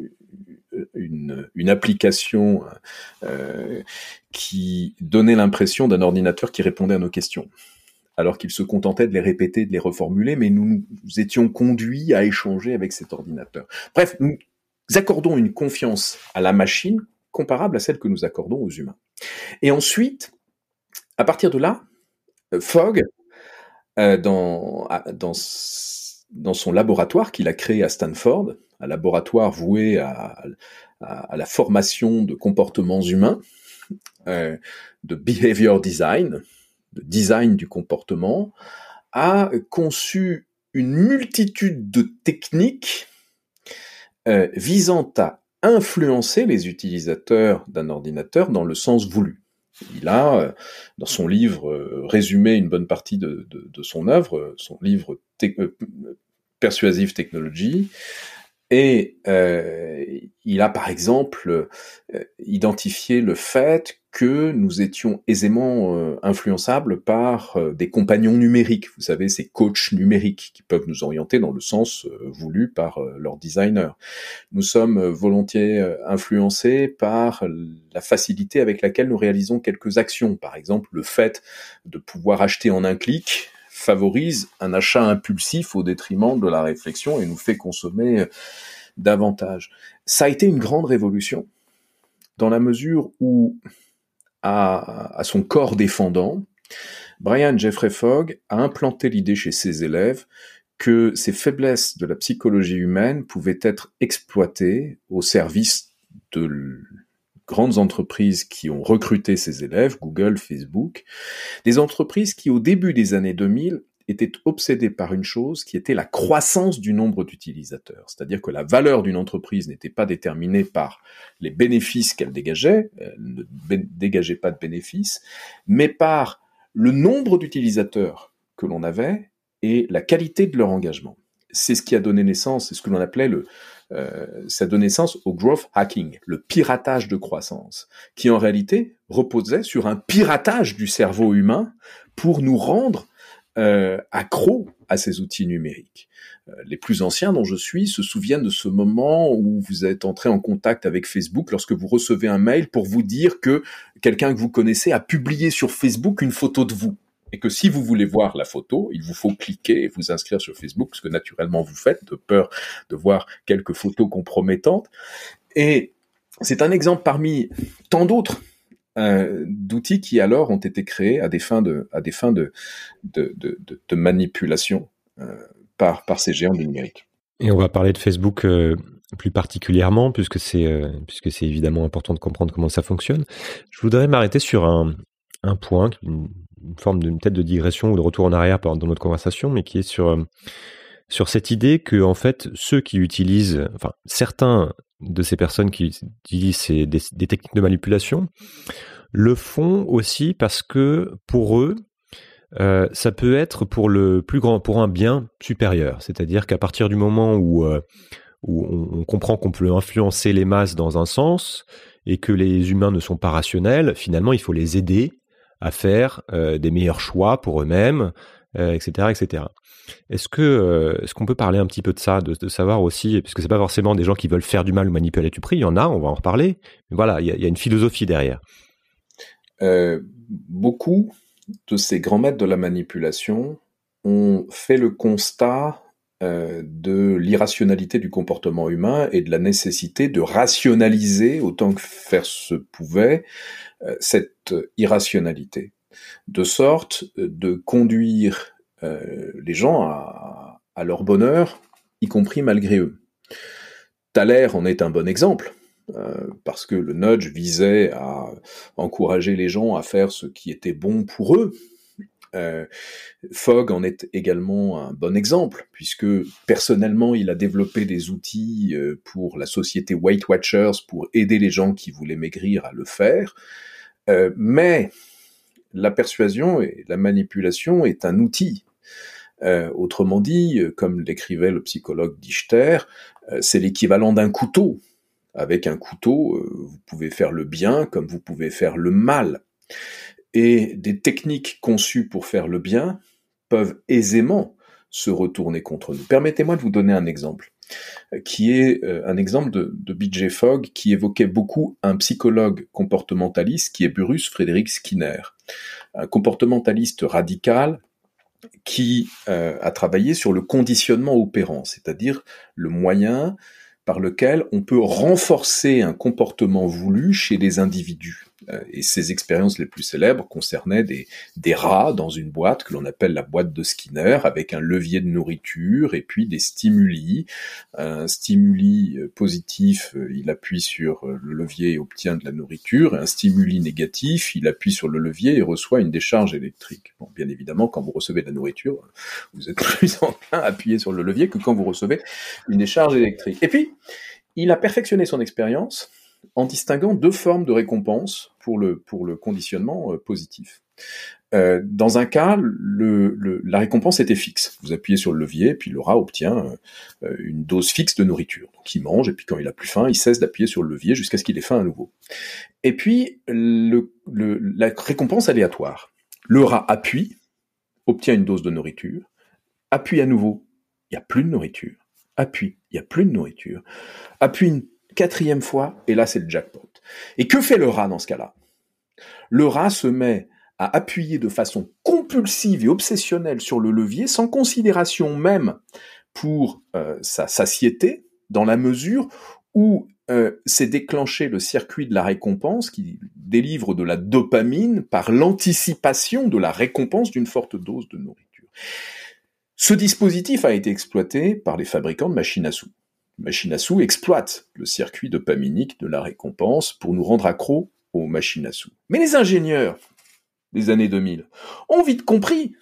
une, une application euh, qui donnait l'impression d'un ordinateur qui répondait à nos questions, alors qu'il se contentait de les répéter, de les reformuler, mais nous, nous étions conduits à échanger avec cet ordinateur. Bref, nous accordons une confiance à la machine comparable à celle que nous accordons aux humains. Et ensuite, à partir de là, Fogg, euh, dans, dans, dans son laboratoire qu'il a créé à Stanford, un laboratoire voué à, à, à la formation de comportements humains, euh, de behavior design, de design du comportement, a conçu une multitude de techniques euh, visant à influencer les utilisateurs d'un ordinateur dans le sens voulu. Il a, euh, dans son livre, euh, résumé une bonne partie de, de, de son œuvre, son livre te- euh, Persuasive Technology, et euh, il a par exemple euh, identifié le fait que nous étions aisément euh, influençables par euh, des compagnons numériques, vous savez, ces coachs numériques qui peuvent nous orienter dans le sens euh, voulu par euh, leur designer. Nous sommes euh, volontiers euh, influencés par la facilité avec laquelle nous réalisons quelques actions. Par exemple, le fait de pouvoir acheter en un clic favorise un achat impulsif au détriment de la réflexion et nous fait consommer euh, davantage. Ça a été une grande révolution dans la mesure où À, à son corps défendant, Brian Jeffrey Fogg a implanté l'idée chez ses élèves que ces faiblesses de la psychologie humaine pouvaient être exploitées au service de l- grandes entreprises qui ont recruté ces élèves, Google, Facebook, des entreprises qui, au début des années deux mille, étaient obsédées par une chose qui était la croissance du nombre d'utilisateurs. C'est-à-dire que la valeur d'une entreprise n'était pas déterminée par les bénéfices qu'elle dégageait, elle ne bé- dégageait pas de bénéfices, mais par le nombre d'utilisateurs que l'on avait et la qualité de leur engagement. C'est ce qui a donné naissance, c'est ce que l'on appelait le, euh, ça a donné naissance au growth hacking, le piratage de croissance, qui en réalité reposait sur un piratage du cerveau humain pour nous rendre Euh, accro à ces outils numériques. Euh, les plus anciens dont je suis se souviennent de ce moment où vous êtes entré en contact avec Facebook lorsque vous recevez un mail pour vous dire que quelqu'un que vous connaissez a publié sur Facebook une photo de vous. Et que si vous voulez voir la photo, il vous faut cliquer et vous inscrire sur Facebook, ce que naturellement vous faites, de peur de voir quelques photos compromettantes. Et c'est un exemple parmi tant d'autres Euh, d'outils qui alors ont été créés à des fins de, à des fins de, de, de, de, de manipulation euh, par, par ces géants du numérique. Et on va parler de Facebook euh, plus particulièrement, puisque c'est, euh, puisque c'est évidemment important de comprendre comment ça fonctionne. Je voudrais m'arrêter sur un, un point, une, une forme de, peut-être de digression ou de retour en arrière dans notre conversation, mais qui est sur, euh, sur cette idée que, en fait, ceux qui utilisent, enfin, certains de ces personnes qui utilisent ces, des, des techniques de manipulation le font aussi parce que pour eux, euh, ça peut être pour le plus grand, pour un bien supérieur. C'est-à-dire qu'à partir du moment où, euh, où on, on comprend qu'on peut influencer les masses dans un sens et que les humains ne sont pas rationnels, finalement, il faut les aider à faire euh, des meilleurs choix pour eux-mêmes, euh, et cetera, et cetera. Est-ce que euh, est-ce qu'on peut parler un petit peu de ça, de, de savoir aussi, puisque c'est pas forcément des gens qui veulent faire du mal ou manipuler à tout prix, il y en a, on va en reparler. Mais voilà, il y, y a une philosophie derrière. Euh, beaucoup de ces grands maîtres de la manipulation ont fait le constat euh, de l'irrationalité du comportement humain et de la nécessité de rationaliser, autant que faire se pouvait, euh, cette irrationalité, de sorte de conduire euh, les gens à, à leur bonheur, y compris malgré eux. Thaler en est un bon exemple. Euh, parce que le nudge visait à encourager les gens à faire ce qui était bon pour eux. Euh, Fogg en est également un bon exemple, puisque personnellement il a développé des outils euh, pour la société Weight Watchers pour aider les gens qui voulaient maigrir à le faire, euh, mais la persuasion et la manipulation est un outil. Euh, autrement dit, comme l'écrivait le psychologue Dichter, euh, c'est l'équivalent d'un couteau. Avec un couteau, euh, vous pouvez faire le bien comme vous pouvez faire le mal. Et des techniques conçues pour faire le bien peuvent aisément se retourner contre nous. Permettez-moi de vous donner un exemple, qui est euh, un exemple de, de B J Fogg, qui évoquait beaucoup un psychologue comportementaliste, qui est Bruce Frederick Skinner, un comportementaliste radical qui euh, a travaillé sur le conditionnement opérant, c'est-à-dire le moyen par lequel on peut renforcer un comportement voulu chez des individus. Et ses expériences les plus célèbres concernaient des, des rats dans une boîte que l'on appelle la boîte de Skinner, avec un levier de nourriture et puis des stimuli. Un stimuli positif, il appuie sur le levier et obtient de la nourriture, et un stimuli négatif, il appuie sur le levier et reçoit une décharge électrique. Bon, bien évidemment, quand vous recevez de la nourriture, vous êtes plus enclin à appuyer sur le levier que quand vous recevez une décharge électrique. Et puis, il a perfectionné son expérience en distinguant deux formes de récompense pour le, pour le conditionnement euh, positif. Euh, dans un cas, le, le, la récompense était fixe. Vous appuyez sur le levier, puis le rat obtient euh, une dose fixe de nourriture. Donc il mange, et puis quand il a plus faim, il cesse d'appuyer sur le levier jusqu'à ce qu'il ait faim à nouveau. Et puis, le, le, la récompense aléatoire. Le rat appuie, obtient une dose de nourriture, appuie à nouveau, il n'y a plus de nourriture. Appuie, il n'y a plus de nourriture. Appuie une quatrième fois, et là c'est le jackpot. Et que fait le rat dans ce cas-là ? Le rat se met à appuyer de façon compulsive et obsessionnelle sur le levier, sans considération même pour euh, sa satiété, dans la mesure où euh, c'est déclenché le circuit de la récompense qui délivre de la dopamine par l'anticipation de la récompense d'une forte dose de nourriture. Ce dispositif a été exploité par les fabricants de machines à sous. Machine à sous exploite le circuit dopaminique de la récompense pour nous rendre accros aux machines à sous. Mais les ingénieurs des années deux mille ont vite compris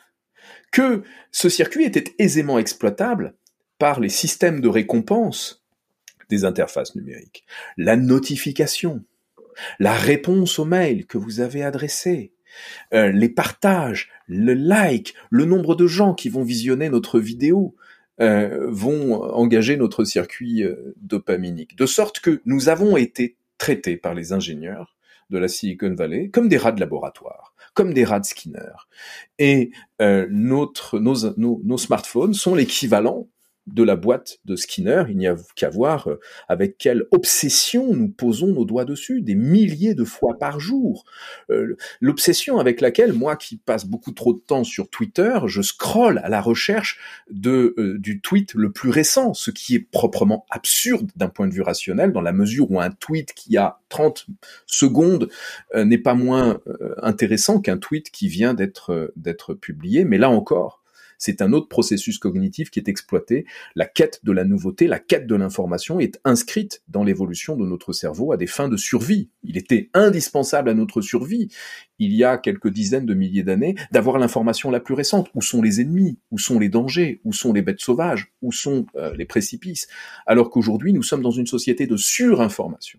que ce circuit était aisément exploitable par les systèmes de récompense des interfaces numériques. La notification, la réponse au mail que vous avez adressé, euh, les partages, le like, le nombre de gens qui vont visionner notre vidéo, Euh, vont engager notre circuit euh, dopaminique. De sorte que nous avons été traités par les ingénieurs de la Silicon Valley comme des rats de laboratoire, comme des rats de Skinner. Et euh, notre, nos, nos, nos smartphones sont l'équivalent de la boîte de Skinner. Il n'y a qu'à voir avec quelle obsession nous posons nos doigts dessus, des milliers de fois par jour. Euh, l'obsession avec laquelle, moi qui passe beaucoup trop de temps sur Twitter, je scrolle à la recherche de, euh, du tweet le plus récent, ce qui est proprement absurde d'un point de vue rationnel, dans la mesure où un tweet qui a trente secondes euh, n'est pas moins euh, intéressant qu'un tweet qui vient d'être, euh, d'être publié. Mais là encore, c'est un autre processus cognitif qui est exploité. La quête de la nouveauté, la quête de l'information est inscrite dans l'évolution de notre cerveau à des fins de survie. Il était indispensable à notre survie, il y a quelques dizaines de milliers d'années, d'avoir l'information la plus récente. Où sont les ennemis ? Où sont les dangers ? Où sont les bêtes sauvages ? Où sont euh, les précipices ? Alors qu'aujourd'hui, nous sommes dans une société de surinformation,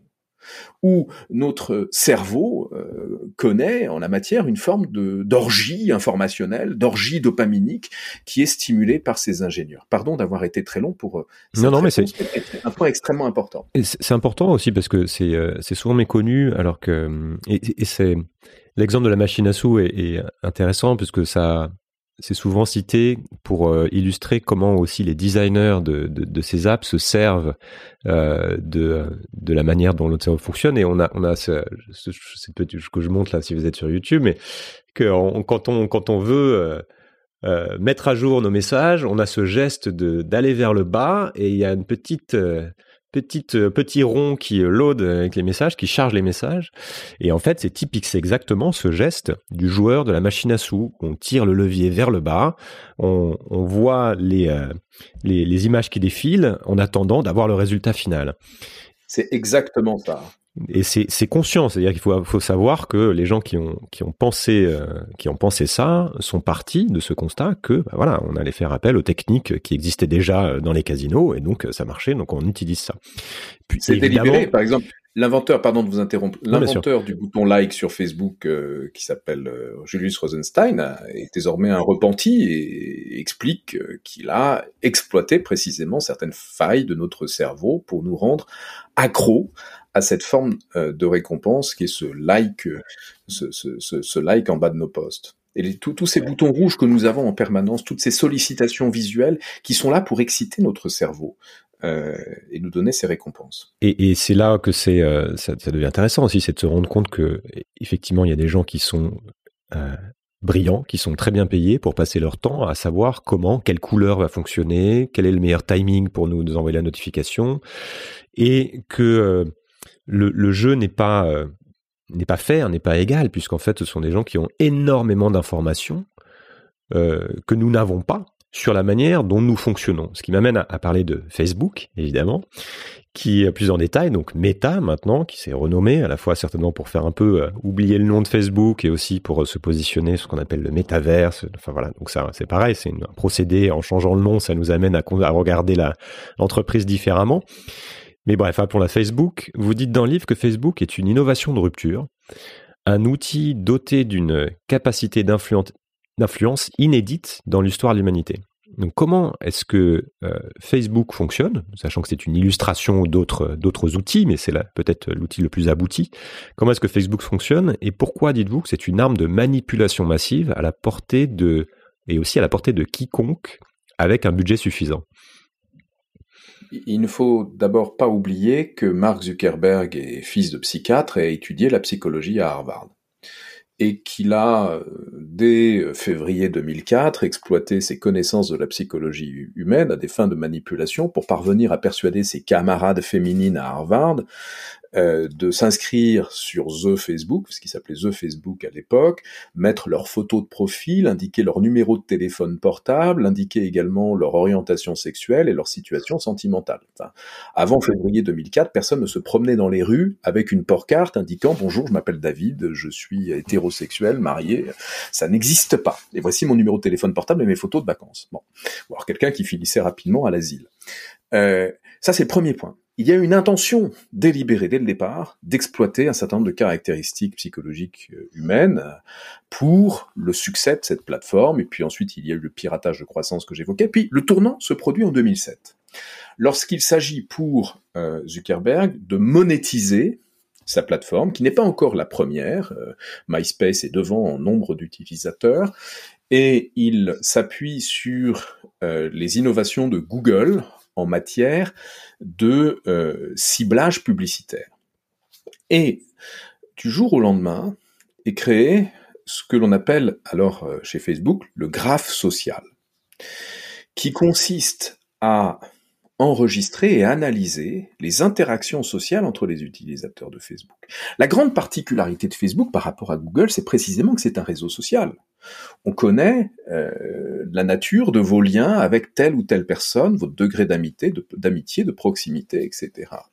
où notre cerveau euh, connaît en la matière une forme de, d'orgie informationnelle, d'orgie dopaminique qui est stimulée par ces ingénieurs. Pardon d'avoir été très long pour euh, non, non, mais c'est un point extrêmement important. Et c'est important aussi parce que c'est, euh, c'est souvent méconnu, alors que et, et c'est l'exemple de la machine à sous est, est intéressant puisque ça c'est souvent cité pour euh, illustrer comment aussi les designers de, de, de ces apps se servent euh, de, de la manière dont notre cerveau fonctionne. Et on a, on a ce, ce, ce petit que je montre là si vous êtes sur YouTube, mais que on, quand on quand on veut euh, euh, mettre à jour nos messages, on a ce geste de d'aller vers le bas et il y a une petite euh, petite euh, petit rond qui load avec les messages, qui charge les messages. Et en fait, c'est typique, c'est exactement ce geste du joueur de la machine à sous. On tire le levier vers le bas, on, on voit les, euh, les les images qui défilent en attendant d'avoir le résultat final. C'est exactement ça. Et c'est, c'est conscient, c'est-à-dire qu'il faut, faut savoir que les gens qui ont, qui ont pensé, euh, qui ont pensé ça sont partis de ce constat que, bah voilà, on allait faire appel aux techniques qui existaient déjà dans les casinos et donc ça marchait, donc on utilise ça. Puis, c'est évidemment... délibéré, par exemple. L'inventeur, pardon de vous interrompre, non, l'inventeur du bouton like sur Facebook, euh, qui s'appelle euh, Julius Rosenstein, est désormais un repenti et, et explique euh, qu'il a exploité précisément certaines failles de notre cerveau pour nous rendre accros à cette forme euh, de récompense qui est ce like, euh, ce, ce, ce, ce like en bas de nos posts. Et les, tous, tous ces boutons rouges que nous avons en permanence, toutes ces sollicitations visuelles qui sont là pour exciter notre cerveau. Euh, et nous donner ces récompenses. Et, et c'est là que c'est, euh, ça, ça devient intéressant aussi, c'est de se rendre compte que effectivement il y a des gens qui sont euh, brillants, qui sont très bien payés pour passer leur temps à savoir comment, quelle couleur va fonctionner, quel est le meilleur timing pour nous, nous envoyer la notification, et que euh, le, le jeu n'est pas euh, n'est pas fair, n'est pas égal, puisqu'en fait ce sont des gens qui ont énormément d'informations euh, que nous n'avons pas sur la manière dont nous fonctionnons. Ce qui m'amène à, à parler de Facebook, évidemment, qui est plus en détail, donc Meta maintenant, qui s'est renommé à la fois certainement pour faire un peu euh, oublier le nom de Facebook et aussi pour euh, se positionner sur ce qu'on appelle le métaverse. Enfin voilà, donc ça c'est pareil, c'est une, un procédé, en changeant le nom, ça nous amène à, à regarder la, l'entreprise différemment. Mais bref, appelons-la Facebook. Vous dites dans le livre que Facebook est une innovation de rupture, un outil doté d'une capacité d'influence d'influence inédite dans l'histoire de l'humanité. Donc comment est-ce que euh, Facebook fonctionne, sachant que c'est une illustration d'autres d'autres outils, mais c'est là peut-être l'outil le plus abouti. Comment est-ce que Facebook fonctionne et pourquoi dites-vous que c'est une arme de manipulation massive à la portée de et aussi à la portée de quiconque avec un budget suffisant? Il ne faut d'abord pas oublier que Mark Zuckerberg est fils de psychiatre et a étudié la psychologie à Harvard. Et qu'il a, dès février deux mille quatre, exploité ses connaissances de la psychologie humaine à des fins de manipulation pour parvenir à persuader ses camarades féminines à Harvard euh, de s'inscrire sur The Facebook, ce qui s'appelait The Facebook à l'époque, mettre leurs photos de profil, indiquer leur numéro de téléphone portable, indiquer également leur orientation sexuelle et leur situation sentimentale. Enfin, avant février deux mille quatre, personne ne se promenait dans les rues avec une porte-carte indiquant « Bonjour, je m'appelle David, je suis hétérosexuel, marié ». Ça n'existe pas. Et voici mon numéro de téléphone portable et mes photos de vacances. Bon. Ou alors quelqu'un qui finissait rapidement à l'asile. Euh, ça, c'est le premier point. Il y a une intention délibérée dès le départ d'exploiter un certain nombre de caractéristiques psychologiques humaines pour le succès de cette plateforme. Et puis ensuite, il y a eu le piratage de croissance que j'évoquais. Puis le tournant se produit en deux mille sept, lorsqu'il s'agit pour euh, Zuckerberg de monétiser sa plateforme, qui n'est pas encore la première. Euh, MySpace est devant en nombre d'utilisateurs. Et il s'appuie sur euh, les innovations de Google en matière de euh, ciblage publicitaire. Et du jour au lendemain est créé ce que l'on appelle alors euh, chez Facebook le graphe social, qui consiste à enregistrer et analyser les interactions sociales entre les utilisateurs de Facebook. La grande particularité de Facebook par rapport à Google, c'est précisément que c'est un réseau social. On connaît euh, la nature de vos liens avec telle ou telle personne, votre degré d'amitié, de, d'amitié, de proximité, et cetera.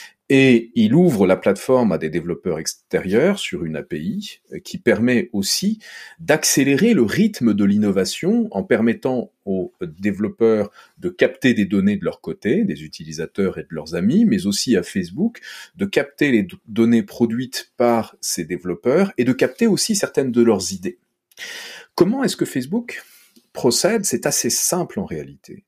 Et il ouvre la plateforme à des développeurs extérieurs sur une A P I euh, qui permet aussi d'accélérer le rythme de l'innovation en permettant aux développeurs de capter des données de leur côté, des utilisateurs et de leurs amis, mais aussi à Facebook de capter les d- données produites par ces développeurs et de capter aussi certaines de leurs idées. Comment est-ce que Facebook procède ? C'est assez simple en réalité.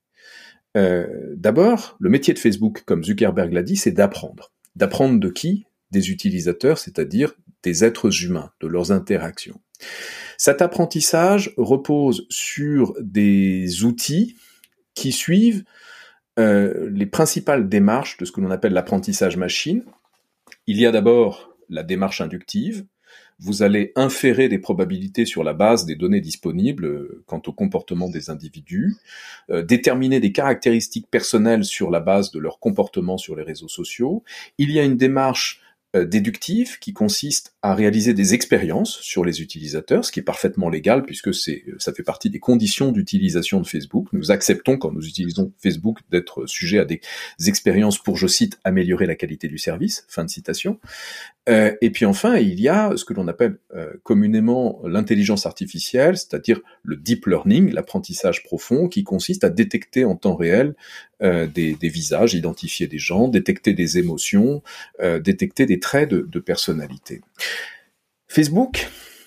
Euh, d'abord, le métier de Facebook, comme Zuckerberg l'a dit, c'est d'apprendre. D'apprendre de qui ? Des utilisateurs, c'est-à-dire des êtres humains, de leurs interactions. Cet apprentissage repose sur des outils qui suivent euh, les principales démarches de ce que l'on appelle l'apprentissage machine. Il y a d'abord la démarche inductive, vous allez inférer des probabilités sur la base des données disponibles euh, quant au comportement des individus, euh, déterminer des caractéristiques personnelles sur la base de leur comportement sur les réseaux sociaux. Il y a une démarche euh, déductive qui consiste à réaliser des expériences sur les utilisateurs, ce qui est parfaitement légal puisque c'est, ça fait partie des conditions d'utilisation de Facebook. Nous acceptons, quand nous utilisons Facebook, d'être sujet à des expériences pour, je cite, améliorer la qualité du service, fin de citation. Euh, et puis enfin, il y a ce que l'on appelle euh, communément l'intelligence artificielle, c'est-à-dire le deep learning, l'apprentissage profond, qui consiste à détecter en temps réel euh, des, des visages, identifier des gens, détecter des émotions, euh, détecter des traits de, de personnalité. Facebook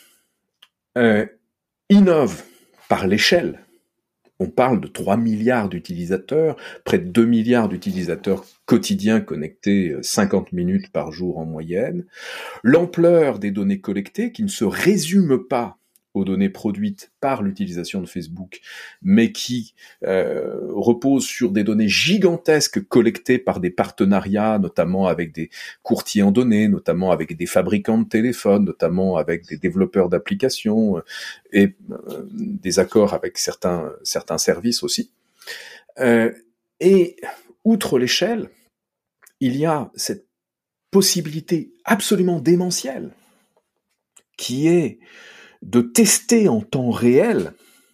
euh, innove par l'échelle. On parle de trois milliards d'utilisateurs, près de deux milliards d'utilisateurs quotidiens connectés cinquante minutes par jour en moyenne. L'ampleur des données collectées, qui ne se résume pas aux données produites par l'utilisation de Facebook, mais qui euh, reposent sur des données gigantesques collectées par des partenariats, notamment avec des courtiers en données, notamment avec des fabricants de téléphones, notamment avec des développeurs d'applications, euh, et euh, des accords avec certains, certains services aussi. Euh, et outre l'échelle, il y a cette possibilité absolument démentielle qui est de tester en temps réel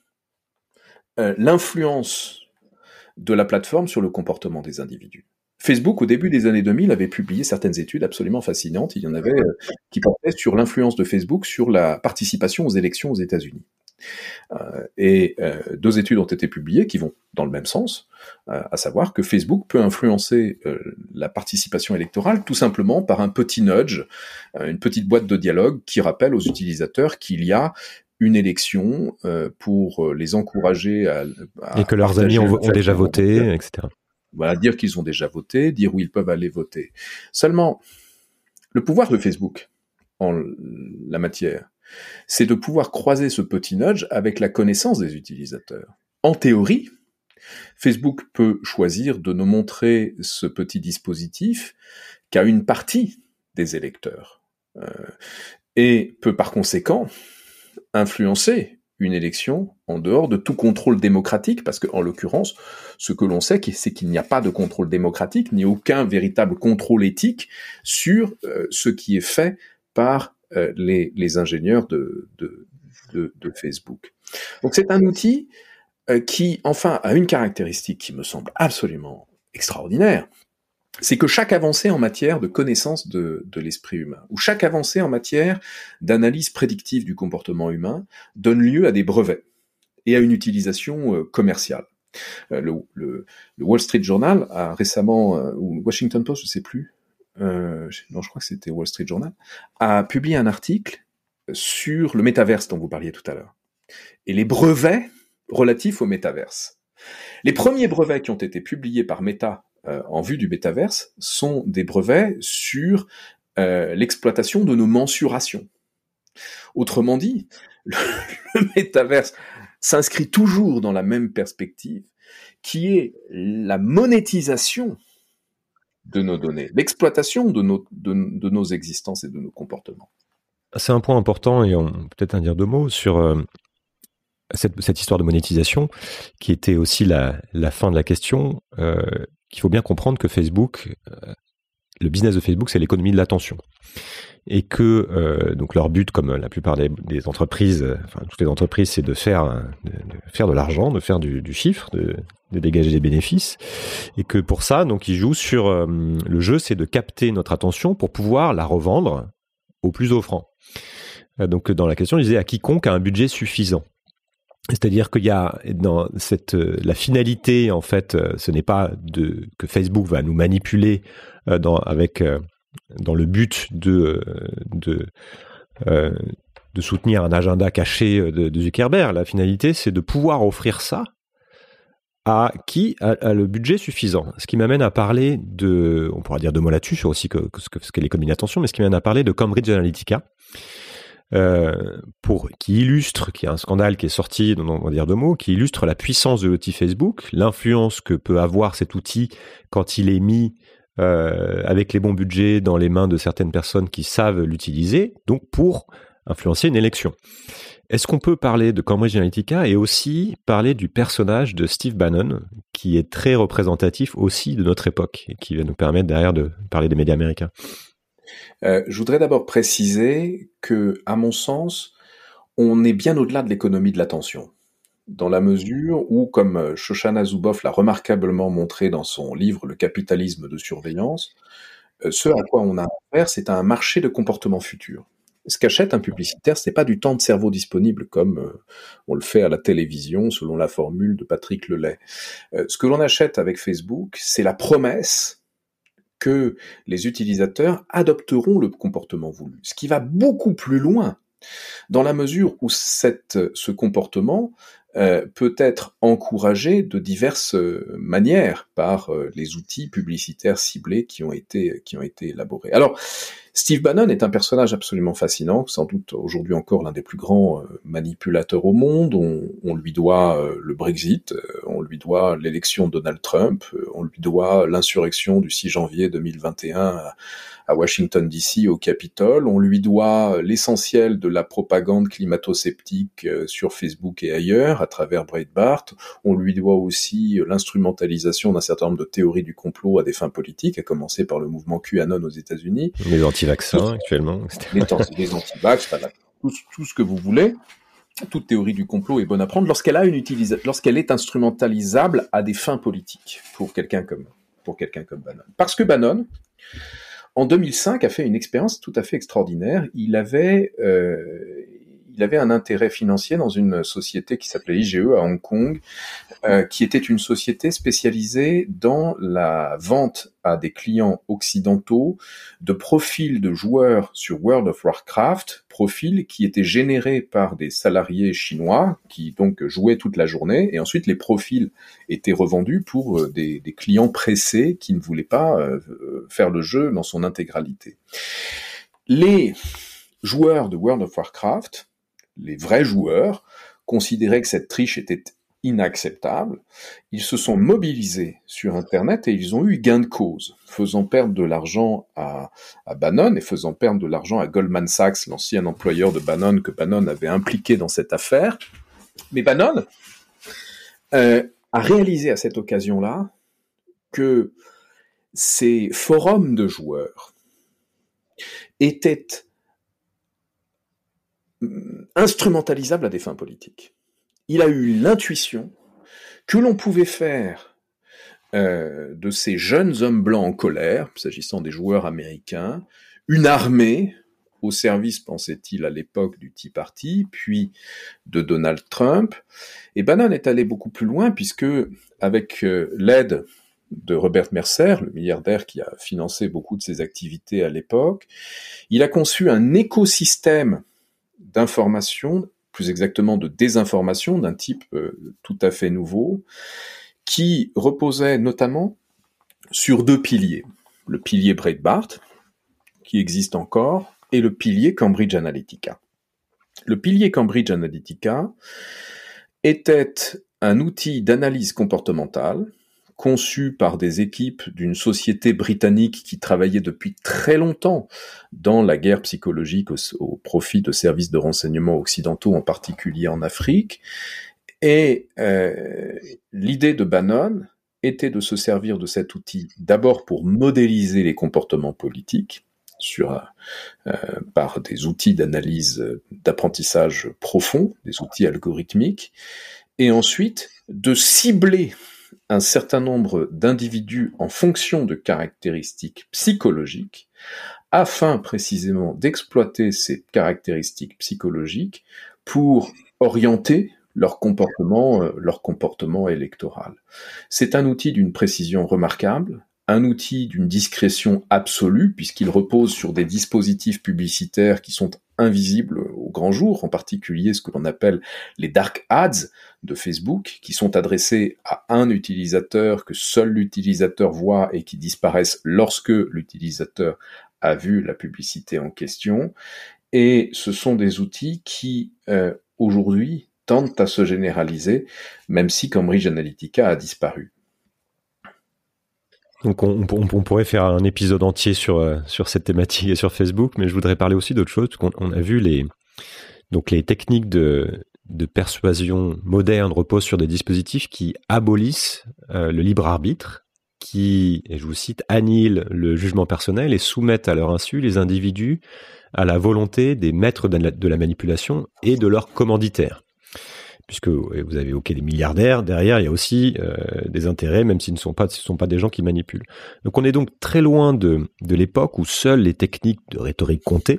euh, l'influence de la plateforme sur le comportement des individus. Facebook, au début des années deux mille, avait publié certaines études absolument fascinantes. Il y en avait euh, qui portaient sur l'influence de Facebook sur la participation aux élections aux États-Unis. Euh, et euh, deux études ont été publiées qui vont dans le même sens, euh, à savoir que Facebook peut influencer euh, la participation électorale tout simplement par un petit nudge, euh, une petite boîte de dialogue qui rappelle aux utilisateurs qu'il y a une élection euh, pour les encourager à, à et que leurs amis ont, ont déjà voté, et cetera. Voilà, dire qu'ils ont déjà voté, dire où ils peuvent aller voter. Seulement, le pouvoir de Facebook en la matière, c'est de pouvoir croiser ce petit nudge avec la connaissance des utilisateurs. En théorie, Facebook peut choisir de ne montrer ce petit dispositif qu'à une partie des électeurs, euh, et peut par conséquent influencer une élection en dehors de tout contrôle démocratique, parce qu'en l'occurrence, ce que l'on sait, c'est qu'il n'y a pas de contrôle démocratique, ni aucun véritable contrôle éthique sur euh, ce qui est fait par euh, les, les ingénieurs de, de, de, de Facebook. Donc c'est un outil euh, qui, enfin, a une caractéristique qui me semble absolument extraordinaire, c'est que chaque avancée en matière de connaissance de, de l'esprit humain, ou chaque avancée en matière d'analyse prédictive du comportement humain, donne lieu à des brevets et à une utilisation euh, commerciale. Euh, le, le, le Wall Street Journal a récemment, euh, ou Washington Post, je sais plus, euh, non, je crois que c'était Wall Street Journal, a publié un article sur le métaverse dont vous parliez tout à l'heure, et les brevets relatifs au métaverse. Les premiers brevets qui ont été publiés par Meta Euh, en vue du métaverse, sont des brevets sur euh, l'exploitation de nos mensurations. Autrement dit, le, le métaverse s'inscrit toujours dans la même perspective, qui est la monétisation de nos données, l'exploitation de nos, de, de nos existences et de nos comportements. C'est un point important, et on peut peut-être en dire deux mots sur euh, cette, cette histoire de monétisation, qui était aussi la, la fin de la question. Euh, qu'il faut bien comprendre que Facebook, euh, le business de Facebook, c'est l'économie de l'attention. Et que euh, donc leur but, comme la plupart des, des entreprises, euh, enfin toutes les entreprises, c'est de faire, de, de faire de l'argent, de faire du, du chiffre, de, de dégager des bénéfices. Et que pour ça, donc ils jouent sur euh, le jeu, c'est de capter notre attention pour pouvoir la revendre au plus offrant. Euh, donc dans la question, ils disaient à quiconque a un budget suffisant. C'est-à-dire qu'il y a dans cette la finalité, en fait, ce n'est pas de que Facebook va nous manipuler euh, dans avec euh, dans le but de de euh, de soutenir un agenda caché de, de Zuckerberg. La finalité, c'est de pouvoir offrir ça à qui a, a le budget suffisant. Ce qui m'amène à parler de, on pourra dire deux mots là-dessus sur aussi que, que, ce, que, ce qu'est l'économie d'attention, mais ce qui m'amène à parler de Cambridge Analytica. Euh, pour qui illustre, qui est un scandale qui est sorti, dont on va dire deux mots, qui illustre la puissance de l'outil Facebook, l'influence que peut avoir cet outil quand il est mis euh, avec les bons budgets dans les mains de certaines personnes qui savent l'utiliser, donc pour influencer une élection. Est-ce qu'on peut parler de Cambridge Analytica et aussi parler du personnage de Steve Bannon, qui est très représentatif aussi de notre époque et qui va nous permettre derrière de parler des médias américains? Euh, je voudrais d'abord préciser que, à mon sens, on est bien au-delà de l'économie de l'attention, dans la mesure où, comme Shoshana Zuboff l'a remarquablement montré dans son livre « Le capitalisme de surveillance », ce à quoi on a affaire, c'est un marché de comportement futur. Ce qu'achète un publicitaire, c'est pas du temps de cerveau disponible comme euh, on le fait à la télévision selon la formule de Patrick Lelay. Euh, ce que l'on achète avec Facebook, c'est la promesse que les utilisateurs adopteront le comportement voulu. Ce qui va beaucoup plus loin, dans la mesure où cette, ce comportement euh, peut être encouragé de diverses manières par euh, les outils publicitaires ciblés qui ont été, qui ont été élaborés. Alors, Steve Bannon est un personnage absolument fascinant, sans doute aujourd'hui encore l'un des plus grands euh, manipulateurs au monde. On, on lui doit euh, le Brexit, euh, on lui doit l'élection de Donald Trump, euh, on lui doit l'insurrection du six janvier deux mille vingt et un à, à Washington D C au Capitole, on lui doit l'essentiel de la propagande climato-sceptique euh, sur Facebook et ailleurs à travers Breitbart, on lui doit aussi l'instrumentalisation d'un certain nombre de théories du complot à des fins politiques, à commencer par le mouvement QAnon aux États-Unis. Les anti-vaccins actuellement. Les, les anti-vax, tout, tout ce que vous voulez. Toute théorie du complot est bonne à prendre lorsqu'elle a une utilisa- lorsqu'elle est instrumentalisable à des fins politiques pour quelqu'un comme pour quelqu'un comme Bannon. Parce que Bannon, en deux mille cinq, a fait une expérience tout à fait extraordinaire. Il avait euh, il avait un intérêt financier dans une société qui s'appelait I G E à Hong Kong, euh, qui était une société spécialisée dans la vente à des clients occidentaux de profils de joueurs sur World of Warcraft, profils qui étaient générés par des salariés chinois qui donc jouaient toute la journée, et ensuite les profils étaient revendus pour euh, des, des clients pressés qui ne voulaient pas euh, faire le jeu dans son intégralité. Les joueurs de World of Warcraft, les vrais joueurs, considéraient que cette triche était inacceptable. Ils se sont mobilisés sur Internet et ils ont eu gain de cause, faisant perdre de l'argent à, à Bannon et faisant perdre de l'argent à Goldman Sachs, l'ancien employeur de Bannon, que Bannon avait impliqué dans cette affaire. Mais Bannon euh, a réalisé à cette occasion-là que ces forums de joueurs étaient instrumentalisable à des fins politiques. Il a eu l'intuition que l'on pouvait faire euh, de ces jeunes hommes blancs en colère, s'agissant des joueurs américains, une armée au service, pensait-il à l'époque, du Tea Party, puis de Donald Trump. Et Bannon est allé beaucoup plus loin, puisque avec euh, l'aide de Robert Mercer, le milliardaire qui a financé beaucoup de ses activités à l'époque, il a conçu un écosystème d'information, plus exactement de désinformation, d'un type euh, tout à fait nouveau, qui reposait notamment sur deux piliers. Le pilier Breitbart, qui existe encore, et le pilier Cambridge Analytica. Le pilier Cambridge Analytica était un outil d'analyse comportementale conçu par des équipes d'une société britannique qui travaillait depuis très longtemps dans la guerre psychologique au, au profit de services de renseignement occidentaux, en particulier en Afrique. Et euh, l'idée de Bannon était de se servir de cet outil d'abord pour modéliser les comportements politiques sur, euh, par des outils d'analyse, d'apprentissage profond, des outils algorithmiques, et ensuite de cibler un certain nombre d'individus en fonction de caractéristiques psychologiques, afin précisément d'exploiter ces caractéristiques psychologiques pour orienter leur comportement, euh, leur comportement électoral. C'est un outil d'une précision remarquable, un outil d'une discrétion absolue, puisqu'il repose sur des dispositifs publicitaires qui sont invisibles au grand jour, en particulier ce que l'on appelle les dark ads de Facebook, qui sont adressés à un utilisateur que seul l'utilisateur voit et qui disparaissent lorsque l'utilisateur a vu la publicité en question. Et ce sont des outils qui, euh, aujourd'hui, tentent à se généraliser, même si Cambridge Analytica a disparu. Donc on, on, on pourrait faire un épisode entier sur sur cette thématique et sur Facebook, mais je voudrais parler aussi d'autre chose. Parce qu'on on a vu les donc les techniques de de persuasion moderne reposent sur des dispositifs qui abolissent euh, le libre arbitre, qui, et je vous cite, annihilent le jugement personnel et soumettent à leur insu les individus à la volonté des maîtres de la, de la manipulation et de leurs commanditaires. Puisque vous avez évoqué des milliardaires, derrière il y a aussi euh, des intérêts, même s'ils ne sont pas, ce ne sont pas des gens qui manipulent. Donc on est donc très loin de, de l'époque où seules les techniques de rhétorique comptaient,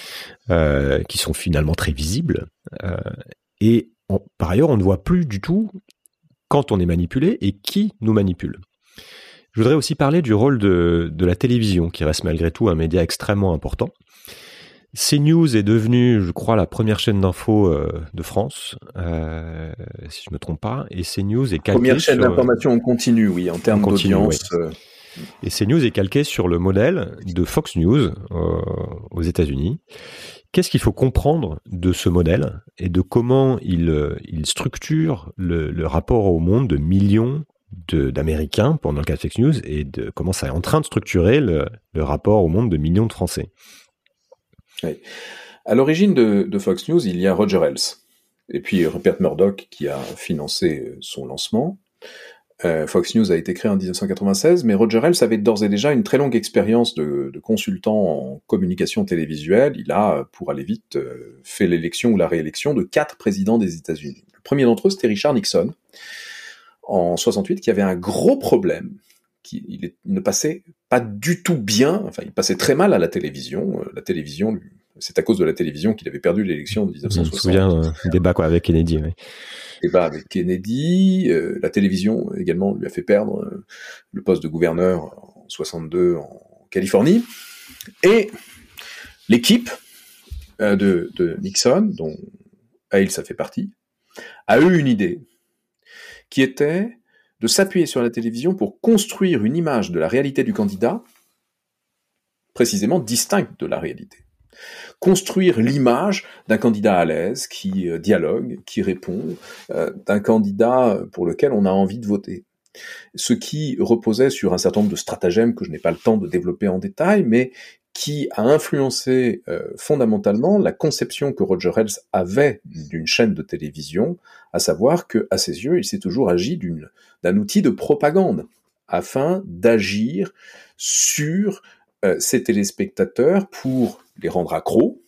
euh, qui sont finalement très visibles, euh, et en, par ailleurs on ne voit plus du tout quand on est manipulé et qui nous manipule. Je voudrais aussi parler du rôle de, de la télévision, qui reste malgré tout un média extrêmement important. CNews est devenu, je crois, la première chaîne d'info euh, de France, euh, si je me trompe pas, et CNews est calqué première chaîne sur, d'information en continu, oui, en termes continu, d'audience. Oui. Euh... Et CNews est calqué sur le modèle de Fox News euh, aux États-Unis. Qu'est-ce qu'il faut comprendre de ce modèle et de comment il, il structure le, le rapport au monde de millions de, d'Américains, pendant le cas de Fox News, et de comment ça est en train de structurer le, le rapport au monde de millions de Français. Oui. À l'origine de, de Fox News, il y a Roger Ailes, et puis Rupert Murdoch qui a financé son lancement. Euh, Fox News a été créé en dix-neuf cent quatre-vingt-seize, mais Roger Ailes avait d'ores et déjà une très longue expérience de, de consultant en communication télévisuelle. Il a, pour aller vite, fait l'élection ou la réélection de quatre présidents des États-Unis. Le premier d'entre eux, c'était Richard Nixon, en soixante-huit, qui avait un gros problème. Qui, il, est, il ne passait pas du tout bien, enfin il passait très mal à la télévision. La télévision, lui, c'est à cause de la télévision qu'il avait perdu l'élection de dix-neuf cent soixante. Je me souviens euh, du débat quoi, avec Kennedy. Oui. Débat avec Kennedy, euh, la télévision également lui a fait perdre euh, le poste de gouverneur en soixante-deux en Californie. Et l'équipe euh, de, de Nixon, dont Ailes a fait partie, a eu une idée qui était de s'appuyer sur la télévision pour construire une image de la réalité du candidat précisément distincte de la réalité. Construire l'image d'un candidat à l'aise, qui euh, dialogue, qui répond, euh, d'un candidat pour lequel on a envie de voter. Ce qui reposait sur un certain nombre de stratagèmes que je n'ai pas le temps de développer en détail, mais qui a influencé euh, fondamentalement la conception que Roger Ailes avait d'une chaîne de télévision, à savoir que, à ses yeux, il s'est toujours agi d'une, d'un outil de propagande, afin d'agir sur euh, ses téléspectateurs pour les rendre accros,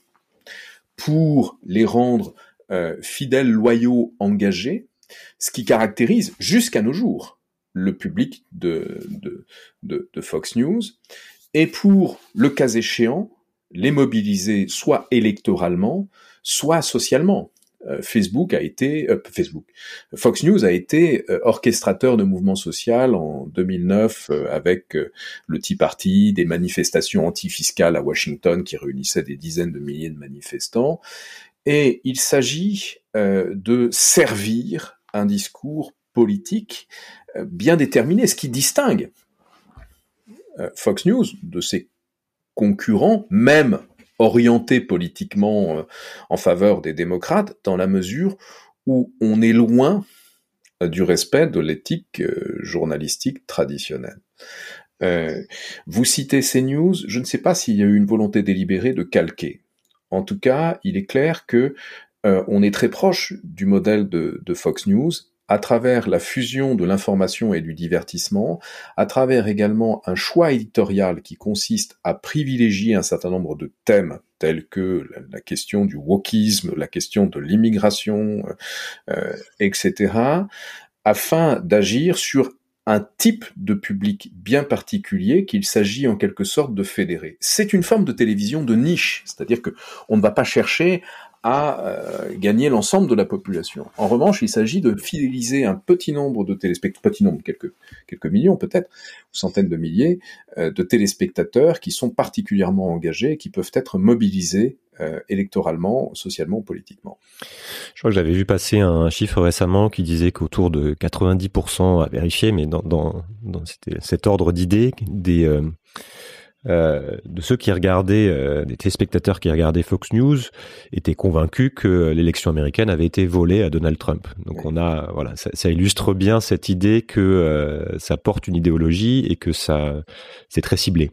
pour les rendre euh, fidèles, loyaux, engagés, ce qui caractérise jusqu'à nos jours le public de, de, de, de Fox News, et pour, le cas échéant, les mobiliser soit électoralement, soit socialement. Euh, Facebook a été, euh, Facebook, Fox News a été euh, orchestrateur de mouvements sociaux en deux mille neuf euh, avec euh, le Tea Party, des manifestations antifiscales à Washington qui réunissaient des dizaines de milliers de manifestants. Et il s'agit euh, de servir un discours politique euh, bien déterminé, ce qui distingue euh, Fox News de ses concurrents, même orienté politiquement euh, en faveur des démocrates, dans la mesure où on est loin euh, du respect de l'éthique euh, journalistique traditionnelle. Euh, vous citez CNews, je ne sais pas s'il y a eu une volonté délibérée de calquer. En tout cas, il est clair que euh, on est très proche du modèle de, de Fox News, à travers la fusion de l'information et du divertissement, à travers également un choix éditorial qui consiste à privilégier un certain nombre de thèmes tels que la, la question du wokisme, la question de l'immigration, euh, et cetera, afin d'agir sur un type de public bien particulier qu'il s'agit en quelque sorte de fédérer. C'est une forme de télévision de niche, c'est-à-dire que on ne va pas chercher à euh, gagner l'ensemble de la population. En revanche, il s'agit de fidéliser un petit nombre de téléspectateurs, petit nombre, quelques, quelques millions peut-être, ou centaines de milliers, euh, de téléspectateurs qui sont particulièrement engagés et qui peuvent être mobilisés euh, électoralement, socialement ou politiquement. Je crois que j'avais vu passer un chiffre récemment qui disait qu'autour de quatre-vingt-dix pour cent à vérifier, mais dans, dans, dans cet, cet ordre d'idées, des... Euh euh, de ceux qui regardaient, euh, des téléspectateurs qui regardaient Fox News étaient convaincus que l'élection américaine avait été volée à Donald Trump. Donc on a, voilà, ça, ça illustre bien cette idée que euh, ça porte une idéologie et que ça, c'est très ciblé.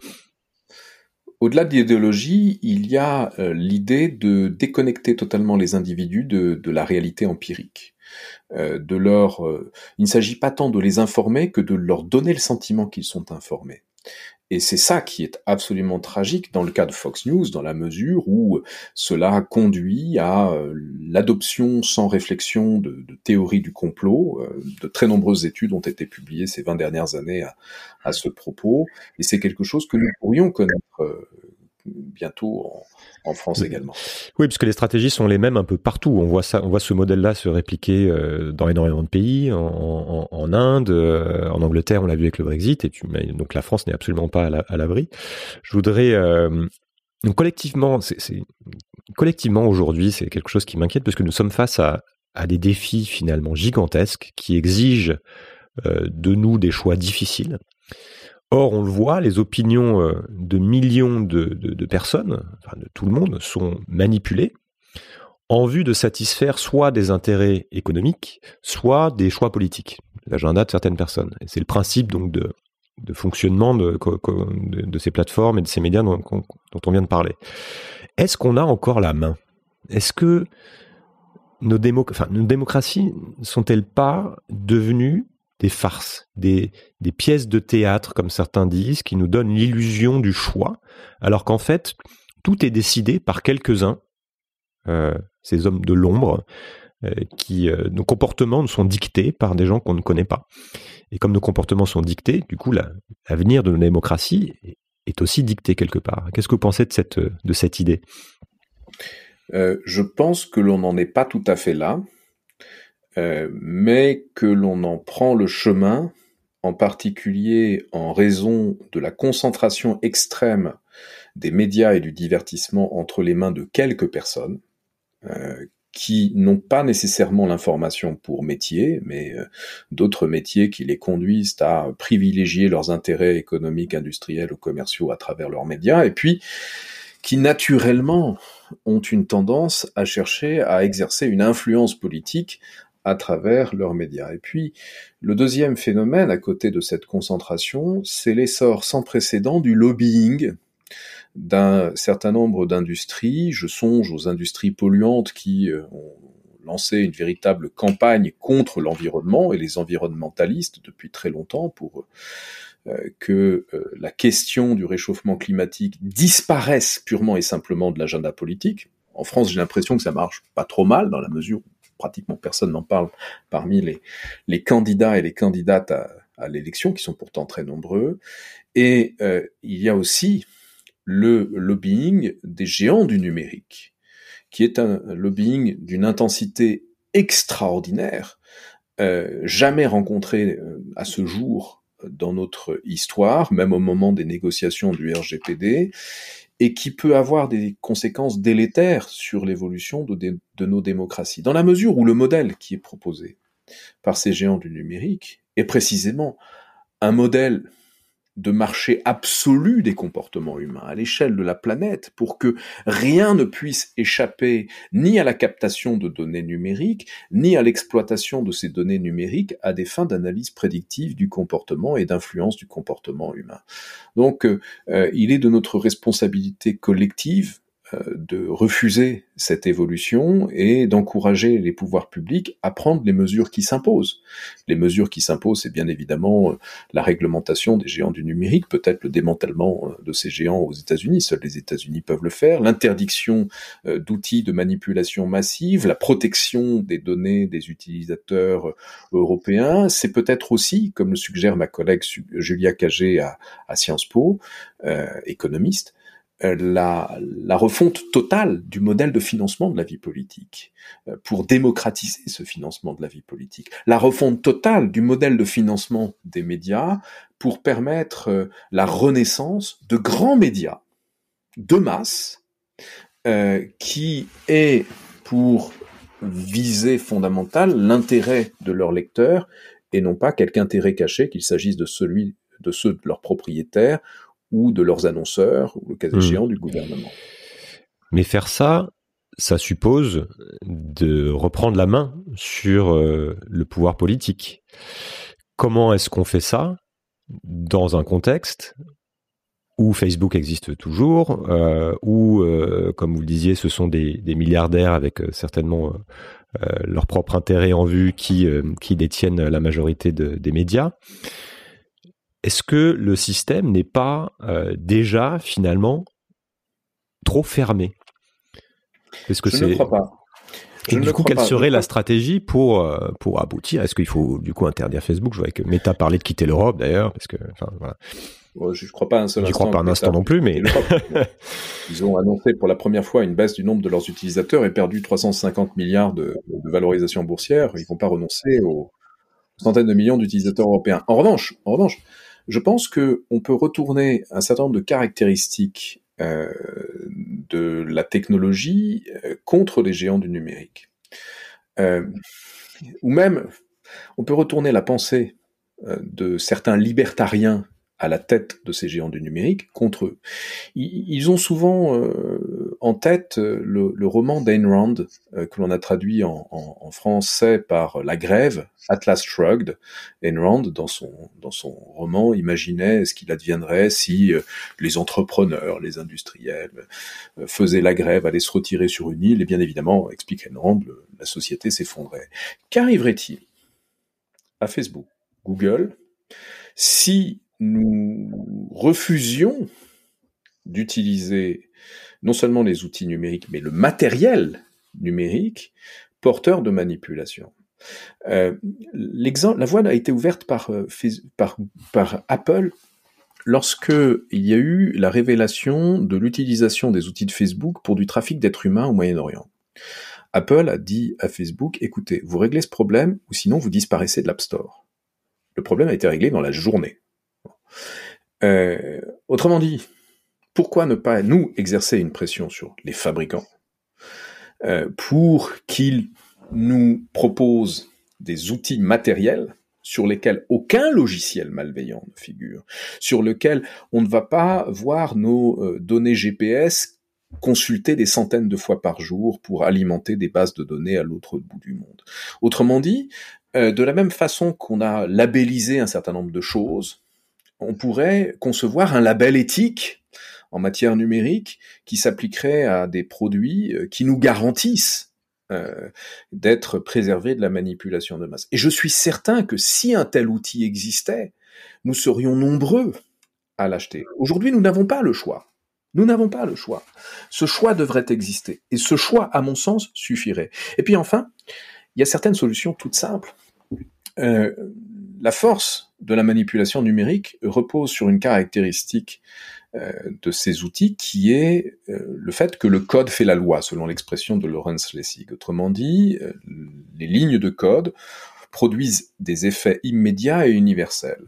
Au-delà de l'idéologie, il y a euh, l'idée de déconnecter totalement les individus de, de la réalité empirique. Euh, de leur, euh, il ne s'agit pas tant de les informer que de leur donner le sentiment qu'ils sont informés. Et c'est ça qui est absolument tragique dans le cas de Fox News, dans la mesure où cela conduit à euh, l'adoption sans réflexion de, de théories du complot. Euh, de très nombreuses études ont été publiées ces vingt dernières années à, à ce propos, et c'est quelque chose que nous pourrions connaître euh, bientôt en, en France également. Oui, puisque les stratégies sont les mêmes un peu partout. On voit ça, on voit ce modèle-là se répliquer euh, dans énormément de pays, en, en, en Inde, euh, en Angleterre, on l'a vu avec le Brexit, et puis mais, donc la France n'est absolument pas à, la, à l'abri. Je voudrais euh, donc collectivement, c'est, c'est, collectivement aujourd'hui, c'est quelque chose qui m'inquiète parce que nous sommes face à, à des défis finalement gigantesques qui exigent euh, de nous des choix difficiles. Or, on le voit, les opinions de millions de, de, de personnes, enfin de tout le monde, sont manipulées en vue de satisfaire soit des intérêts économiques, soit des choix politiques, l'agenda de certaines personnes. Et c'est le principe donc de, de fonctionnement de, de, de ces plateformes et de ces médias dont, dont on vient de parler. Est-ce qu'on a encore la main ? Est-ce que nos, démo, enfin, nos démocraties sont-elles pas devenues des farces, des, des pièces de théâtre, comme certains disent, qui nous donnent l'illusion du choix, alors qu'en fait, tout est décidé par quelques-uns, euh, ces hommes de l'ombre, euh, qui, euh, nos comportements nous sont dictés par des gens qu'on ne connaît pas. Et comme nos comportements sont dictés, du coup, la, l'avenir de nos démocraties est aussi dicté quelque part. Qu'est-ce que vous pensez de cette, de cette idée ? euh, Je pense que l'on n'en est pas tout à fait là. Euh, mais que l'on en prend le chemin, en particulier en raison de la concentration extrême des médias et du divertissement entre les mains de quelques personnes, euh, qui n'ont pas nécessairement l'information pour métier, mais euh, d'autres métiers qui les conduisent à privilégier leurs intérêts économiques, industriels ou commerciaux à travers leurs médias, et puis qui naturellement ont une tendance à chercher à exercer une influence politique à travers leurs médias. Et puis, le deuxième phénomène, à côté de cette concentration, c'est l'essor sans précédent du lobbying d'un certain nombre d'industries. Je songe aux industries polluantes qui ont lancé une véritable campagne contre l'environnement et les environnementalistes depuis très longtemps pour euh, que euh, la question du réchauffement climatique disparaisse purement et simplement de l'agenda politique. En France, j'ai l'impression que ça marche pas trop mal, dans la mesure où pratiquement personne n'en parle parmi les, les candidats et les candidates à, à l'élection, qui sont pourtant très nombreux. Et euh, il y a aussi le lobbying des géants du numérique, qui est un lobbying d'une intensité extraordinaire, euh, jamais rencontré euh, à ce jour dans notre histoire, même au moment des négociations du R G P D, et qui peut avoir des conséquences délétères sur l'évolution de, de, de nos démocraties, dans la mesure où le modèle qui est proposé par ces géants du numérique est précisément un modèle de marché absolu des comportements humains à l'échelle de la planète, pour que rien ne puisse échapper ni à la captation de données numériques, ni à l'exploitation de ces données numériques à des fins d'analyse prédictive du comportement et d'influence du comportement humain. Donc, euh, il est de notre responsabilité collective de refuser cette évolution et d'encourager les pouvoirs publics à prendre les mesures qui s'imposent. Les mesures qui s'imposent, c'est bien évidemment la réglementation des géants du numérique, peut-être le démantèlement de ces géants aux États-Unis, seuls les États-Unis peuvent le faire, l'interdiction d'outils de manipulation massive, la protection des données des utilisateurs européens. C'est peut-être aussi, comme le suggère ma collègue Julia Cagé à, à Sciences Po, euh, économiste, La, la refonte totale du modèle de financement de la vie politique, pour démocratiser ce financement de la vie politique. La refonte totale du modèle de financement des médias pour permettre la renaissance de grands médias de masse euh, qui est pour visée fondamentale l'intérêt de leurs lecteurs et non pas quelque intérêt caché, qu'il s'agisse de celui de ceux de leurs propriétaires ou de leurs annonceurs, ou le cas échéant Mmh. du gouvernement. Mais faire ça, ça suppose de reprendre la main sur euh, le pouvoir politique. Comment est-ce qu'on fait ça dans un contexte où Facebook existe toujours, euh, où, euh, comme vous le disiez, ce sont des, des milliardaires avec euh, certainement euh, leur propre intérêt en vue qui, euh, qui détiennent la majorité de, des médias. Est-ce que le système n'est pas euh, déjà finalement trop fermé? Est-ce que Je c'est... ne crois pas. Et Je du ne coup, crois quelle pas. serait Je la crois- stratégie pour euh, pour aboutir? Est-ce qu'il faut du coup interdire Facebook? Je vois que Meta parlait de quitter l'Europe d'ailleurs, parce que enfin voilà. Bon, je ne crois pas un seul J'y instant. crois pas un que instant l'État non plus, puisse mais quitter l'Europe. Ils ont annoncé pour la première fois une baisse du nombre de leurs utilisateurs et perdu trois cent cinquante milliards de, de valorisation boursière. Ils ne vont pas renoncer aux centaines de millions d'utilisateurs européens. En revanche, en revanche, je pense que on peut retourner un certain nombre de caractéristiques euh, de la technologie euh, contre les géants du numérique. Euh, ou même, on peut retourner la pensée euh, de certains libertariens à la tête de ces géants du numérique contre eux. Ils, ils ont souvent euh, en tête le, le roman d'Ayn Rand, euh, que l'on a traduit en, en, en français par La Grève, Atlas Shrugged. Ayn Rand, dans son, dans son roman, imaginait ce qu'il adviendrait si euh, les entrepreneurs, les industriels euh, faisaient la grève, allaient se retirer sur une île, et bien évidemment, explique Ayn Rand, le, la société s'effondrait. Qu'arriverait-il à Facebook, Google, si nous refusions d'utiliser non seulement les outils numériques, mais le matériel numérique porteur de manipulation? Euh, l'exemple, la voie a été ouverte par, par, par Apple lorsque il y a eu la révélation de l'utilisation des outils de Facebook pour du trafic d'êtres humains au Moyen-Orient. Apple a dit à Facebook, écoutez, vous réglez ce problème ou sinon vous disparaissez de l'App Store. Le problème a été réglé dans la journée. Euh, autrement dit, pourquoi ne pas, nous, exercer une pression sur les fabricants euh, pour qu'ils nous proposent des outils matériels sur lesquels aucun logiciel malveillant ne figure, sur lesquels on ne va pas voir nos euh, données G P S consulter des centaines de fois par jour pour alimenter des bases de données à l'autre bout du monde. Autrement dit, euh, de la même façon qu'on a labellisé un certain nombre de choses, on pourrait concevoir un label éthique en matière numérique qui s'appliquerait à des produits qui nous garantissent euh, d'être préservés de la manipulation de masse. Et je suis certain que si un tel outil existait, nous serions nombreux à l'acheter. Aujourd'hui, nous n'avons pas le choix. Nous n'avons pas le choix. Ce choix devrait exister. Et ce choix, à mon sens, suffirait. Et puis enfin, il y a certaines solutions toutes simples. Euh, la force de la manipulation numérique repose sur une caractéristique euh, de ces outils qui est euh, le fait que le code fait la loi, selon l'expression de Lawrence Lessig. Autrement dit, euh, les lignes de code produisent des effets immédiats et universels.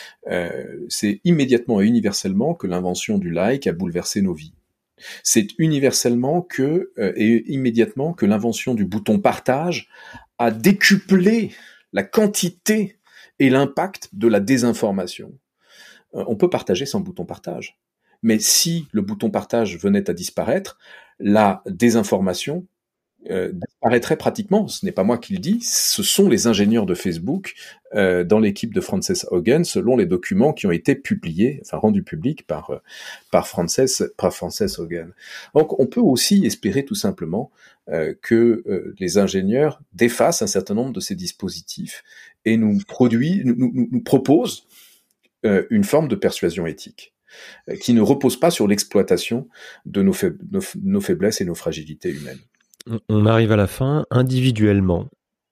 Euh, c'est immédiatement et universellement que l'invention du like a bouleversé nos vies. C'est universellement que, euh, et immédiatement que l'invention du bouton partage a décuplé la quantité et l'impact de la désinformation. Euh, on peut partager sans bouton partage. Mais si le bouton partage venait à disparaître, la désinformation euh, disparaîtrait pratiquement. Ce n'est pas moi qui le dis, ce sont les ingénieurs de Facebook euh, dans l'équipe de Frances Haugen, selon les documents qui ont été publiés, enfin rendus publics par, euh, par, Frances, par Frances Haugen. Donc on peut aussi espérer tout simplement euh, que euh, les ingénieurs défassent un certain nombre de ces dispositifs et nous, produit, nous, nous, nous proposent euh, une forme de persuasion éthique qui ne repose pas sur l'exploitation de nos, faib- nos, nos faiblesses et nos fragilités humaines. On arrive à la fin. Individuellement,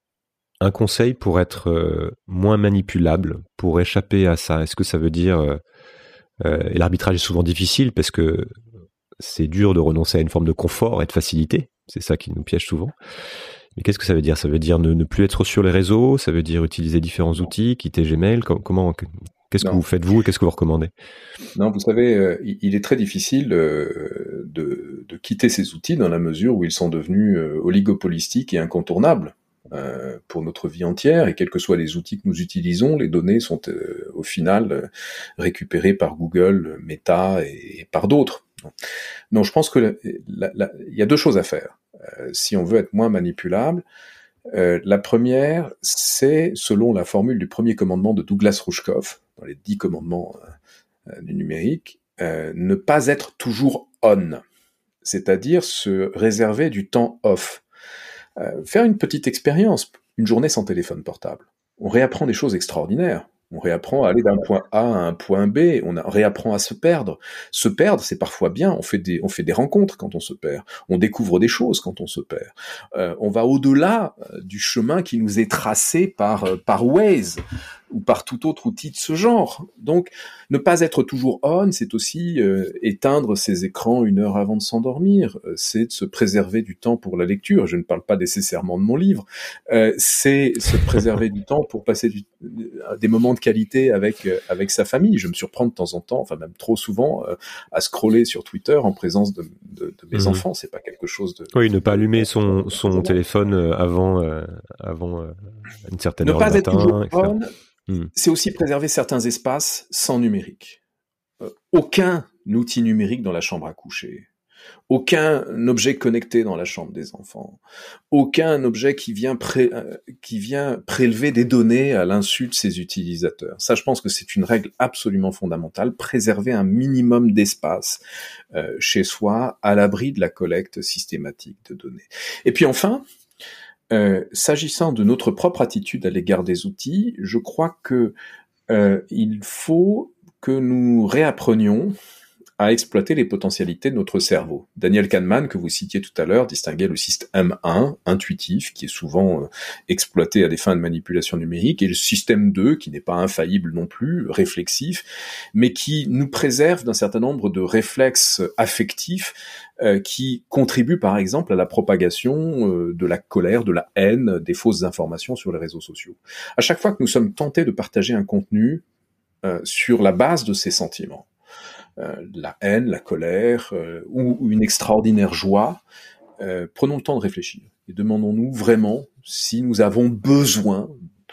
un conseil pour être euh, moins manipulable, pour échapper à ça. Est-ce que ça veut dire... Euh, euh, et l'arbitrage est souvent difficile parce que c'est dur de renoncer à une forme de confort et de facilité. C'est ça qui nous piège souvent. Mais qu'est-ce que ça veut dire? Ça veut dire ne, ne plus être sur les réseaux? Ça veut dire utiliser différents outils, quitter Gmail? Comment, qu'est-ce que non. vous faites vous et qu'est-ce que vous recommandez? Non, vous savez, euh, il est très difficile euh, de, de quitter ces outils dans la mesure où ils sont devenus euh, oligopolistiques et incontournables. euh, pour notre vie entière, et quels que soient les outils que nous utilisons, les données sont euh, au final euh, récupérées par Google, Meta et, et par d'autres. Donc je pense que la, la, la, il y a deux choses à faire euh, si on veut être moins manipulable. Euh, la première, c'est selon la formule du premier commandement de Douglas Rushkoff, dans les dix commandements euh, du numérique, euh, ne pas être toujours on, c'est-à-dire se réserver du temps off. Euh, faire une petite expérience, une journée sans téléphone portable. On réapprend des choses extraordinaires. On réapprend à aller d'un point A à un point B, on, a, on réapprend à se perdre. Se perdre, c'est parfois bien, on fait des, on fait des rencontres quand on se perd, on découvre des choses quand on se perd. Euh, on va au-delà du chemin qui nous est tracé par, par Waze ou par tout autre outil de ce genre. Donc, ne pas être toujours on, c'est aussi euh, éteindre ses écrans une heure avant de s'endormir, euh, c'est de se préserver du temps pour la lecture. Je ne parle pas nécessairement de mon livre, euh, c'est se préserver du temps pour passer du, euh, des moments de qualité avec euh, avec sa famille. Je me surprends de temps en temps, enfin même trop souvent, euh, à scroller sur Twitter en présence de, de, de mes mmh. enfants. C'est pas quelque chose de... Oui, ne pas allumer son, son téléphone avant, euh, avant euh, une certaine ne heure pas du être matin, toujours et cetera. on, c'est aussi préserver certains espaces sans numérique. Euh, aucun outil numérique dans la chambre à coucher, aucun objet connecté dans la chambre des enfants, aucun objet qui vient, pré- euh, qui vient prélever des données à l'insu de ses utilisateurs. Ça, je pense que c'est une règle absolument fondamentale, préserver un minimum d'espace euh, chez soi, à l'abri de la collecte systématique de données. Et puis enfin, Euh, s'agissant de notre propre attitude à l'égard des outils, je crois que euh, il faut que nous réapprenions à exploiter les potentialités de notre cerveau. Daniel Kahneman, que vous citiez tout à l'heure, distinguait le système un, intuitif, qui est souvent euh, exploité à des fins de manipulation numérique, et le système deux, qui n'est pas infaillible non plus, réflexif, mais qui nous préserve d'un certain nombre de réflexes affectifs euh, qui contribuent par exemple à la propagation euh, de la colère, de la haine, des fausses informations sur les réseaux sociaux. À chaque fois que nous sommes tentés de partager un contenu euh, sur la base de ces sentiments, Euh, la haine, la colère euh, ou, ou une extraordinaire joie, euh, prenons le temps de réfléchir et demandons-nous vraiment si nous avons besoin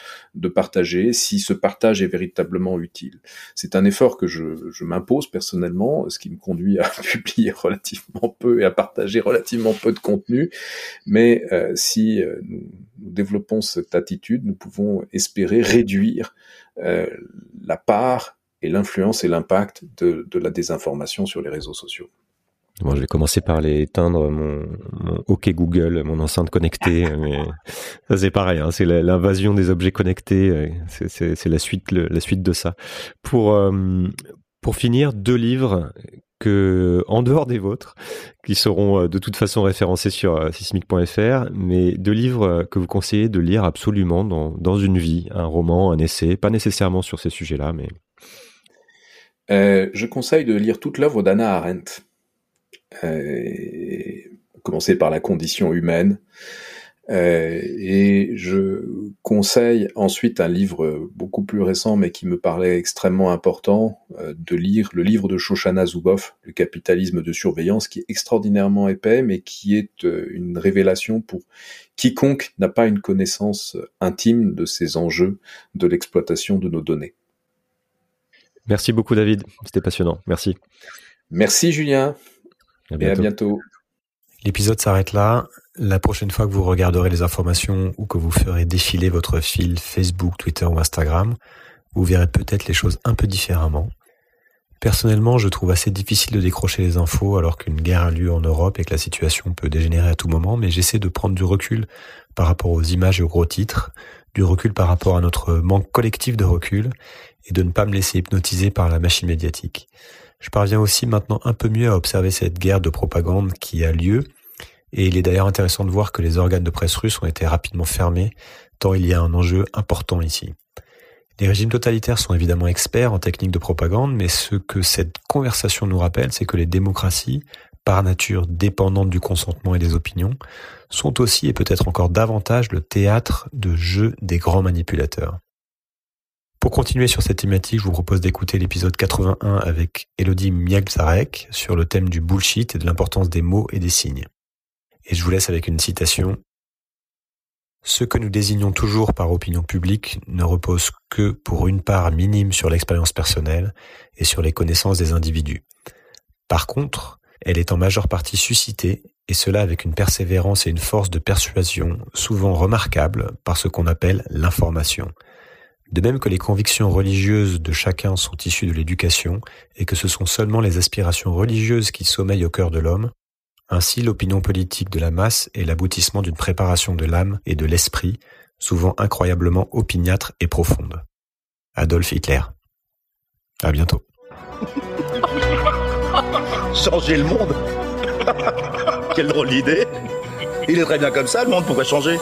de partager, si ce partage est véritablement utile. C'est un effort que je, je m'impose personnellement, ce qui me conduit à publier relativement peu et à partager relativement peu de contenu, mais euh, si euh, nous, nous développons cette attitude, nous pouvons espérer réduire euh, la part et l'influence et l'impact de, de la désinformation sur les réseaux sociaux. Bon, je vais commencer par aller éteindre mon, mon OK Google, mon enceinte connectée, mais ça c'est pareil, hein, c'est la, l'invasion des objets connectés, c'est, c'est, c'est la suite, le, la suite de ça. Pour euh, pour finir, deux livres que, en dehors des vôtres, qui seront de toute façon référencés sur sismic point f r, mais deux livres que vous conseillez de lire absolument dans dans une vie, un roman, un essai, pas nécessairement sur ces sujets-là, mais Euh, je conseille de lire toute l'œuvre d'Hannah Arendt. Euh, commencer par La condition humaine. Euh, et je conseille ensuite un livre beaucoup plus récent, mais qui me parlait extrêmement important, euh, de lire le livre de Shoshana Zuboff, Le capitalisme de surveillance, qui est extraordinairement épais, mais qui est euh, une révélation pour quiconque n'a pas une connaissance intime de ces enjeux de l'exploitation de nos données. Merci beaucoup David, c'était passionnant, merci. Merci Julien, à et à bientôt. L'épisode s'arrête là. La prochaine fois que vous regarderez les informations ou que vous ferez défiler votre fil Facebook, Twitter ou Instagram, vous verrez peut-être les choses un peu différemment. Personnellement, je trouve assez difficile de décrocher les infos alors qu'une guerre a lieu en Europe et que la situation peut dégénérer à tout moment, mais j'essaie de prendre du recul par rapport aux images et aux gros titres, du recul par rapport à notre manque collectif de recul et de ne pas me laisser hypnotiser par la machine médiatique. Je parviens aussi maintenant un peu mieux à observer cette guerre de propagande qui a lieu, et il est d'ailleurs intéressant de voir que les organes de presse russes ont été rapidement fermés, tant il y a un enjeu important ici. Les régimes totalitaires sont évidemment experts en techniques de propagande, mais ce que cette conversation nous rappelle, c'est que les démocraties, par nature dépendantes du consentement et des opinions, sont aussi et peut-être encore davantage le théâtre de jeu des grands manipulateurs. Pour continuer sur cette thématique, je vous propose d'écouter l'épisode quatre-vingt-un avec Elodie Miagzarek sur le thème du bullshit et de l'importance des mots et des signes. Et je vous laisse avec une citation. « Ce que nous désignons toujours par opinion publique ne repose que pour une part minime sur l'expérience personnelle et sur les connaissances des individus. Par contre, elle est en majeure partie suscitée, et cela avec une persévérance et une force de persuasion souvent remarquables par ce qu'on appelle l'information. De même que les convictions religieuses de chacun sont issues de l'éducation et que ce sont seulement les aspirations religieuses qui sommeillent au cœur de l'homme, ainsi l'opinion politique de la masse est l'aboutissement d'une préparation de l'âme et de l'esprit, souvent incroyablement opiniâtre et profonde. Adolf Hitler. À bientôt. Changer le monde. Quelle drôle d'idée. Il est très bien comme ça, le monde, pourquoi changer ?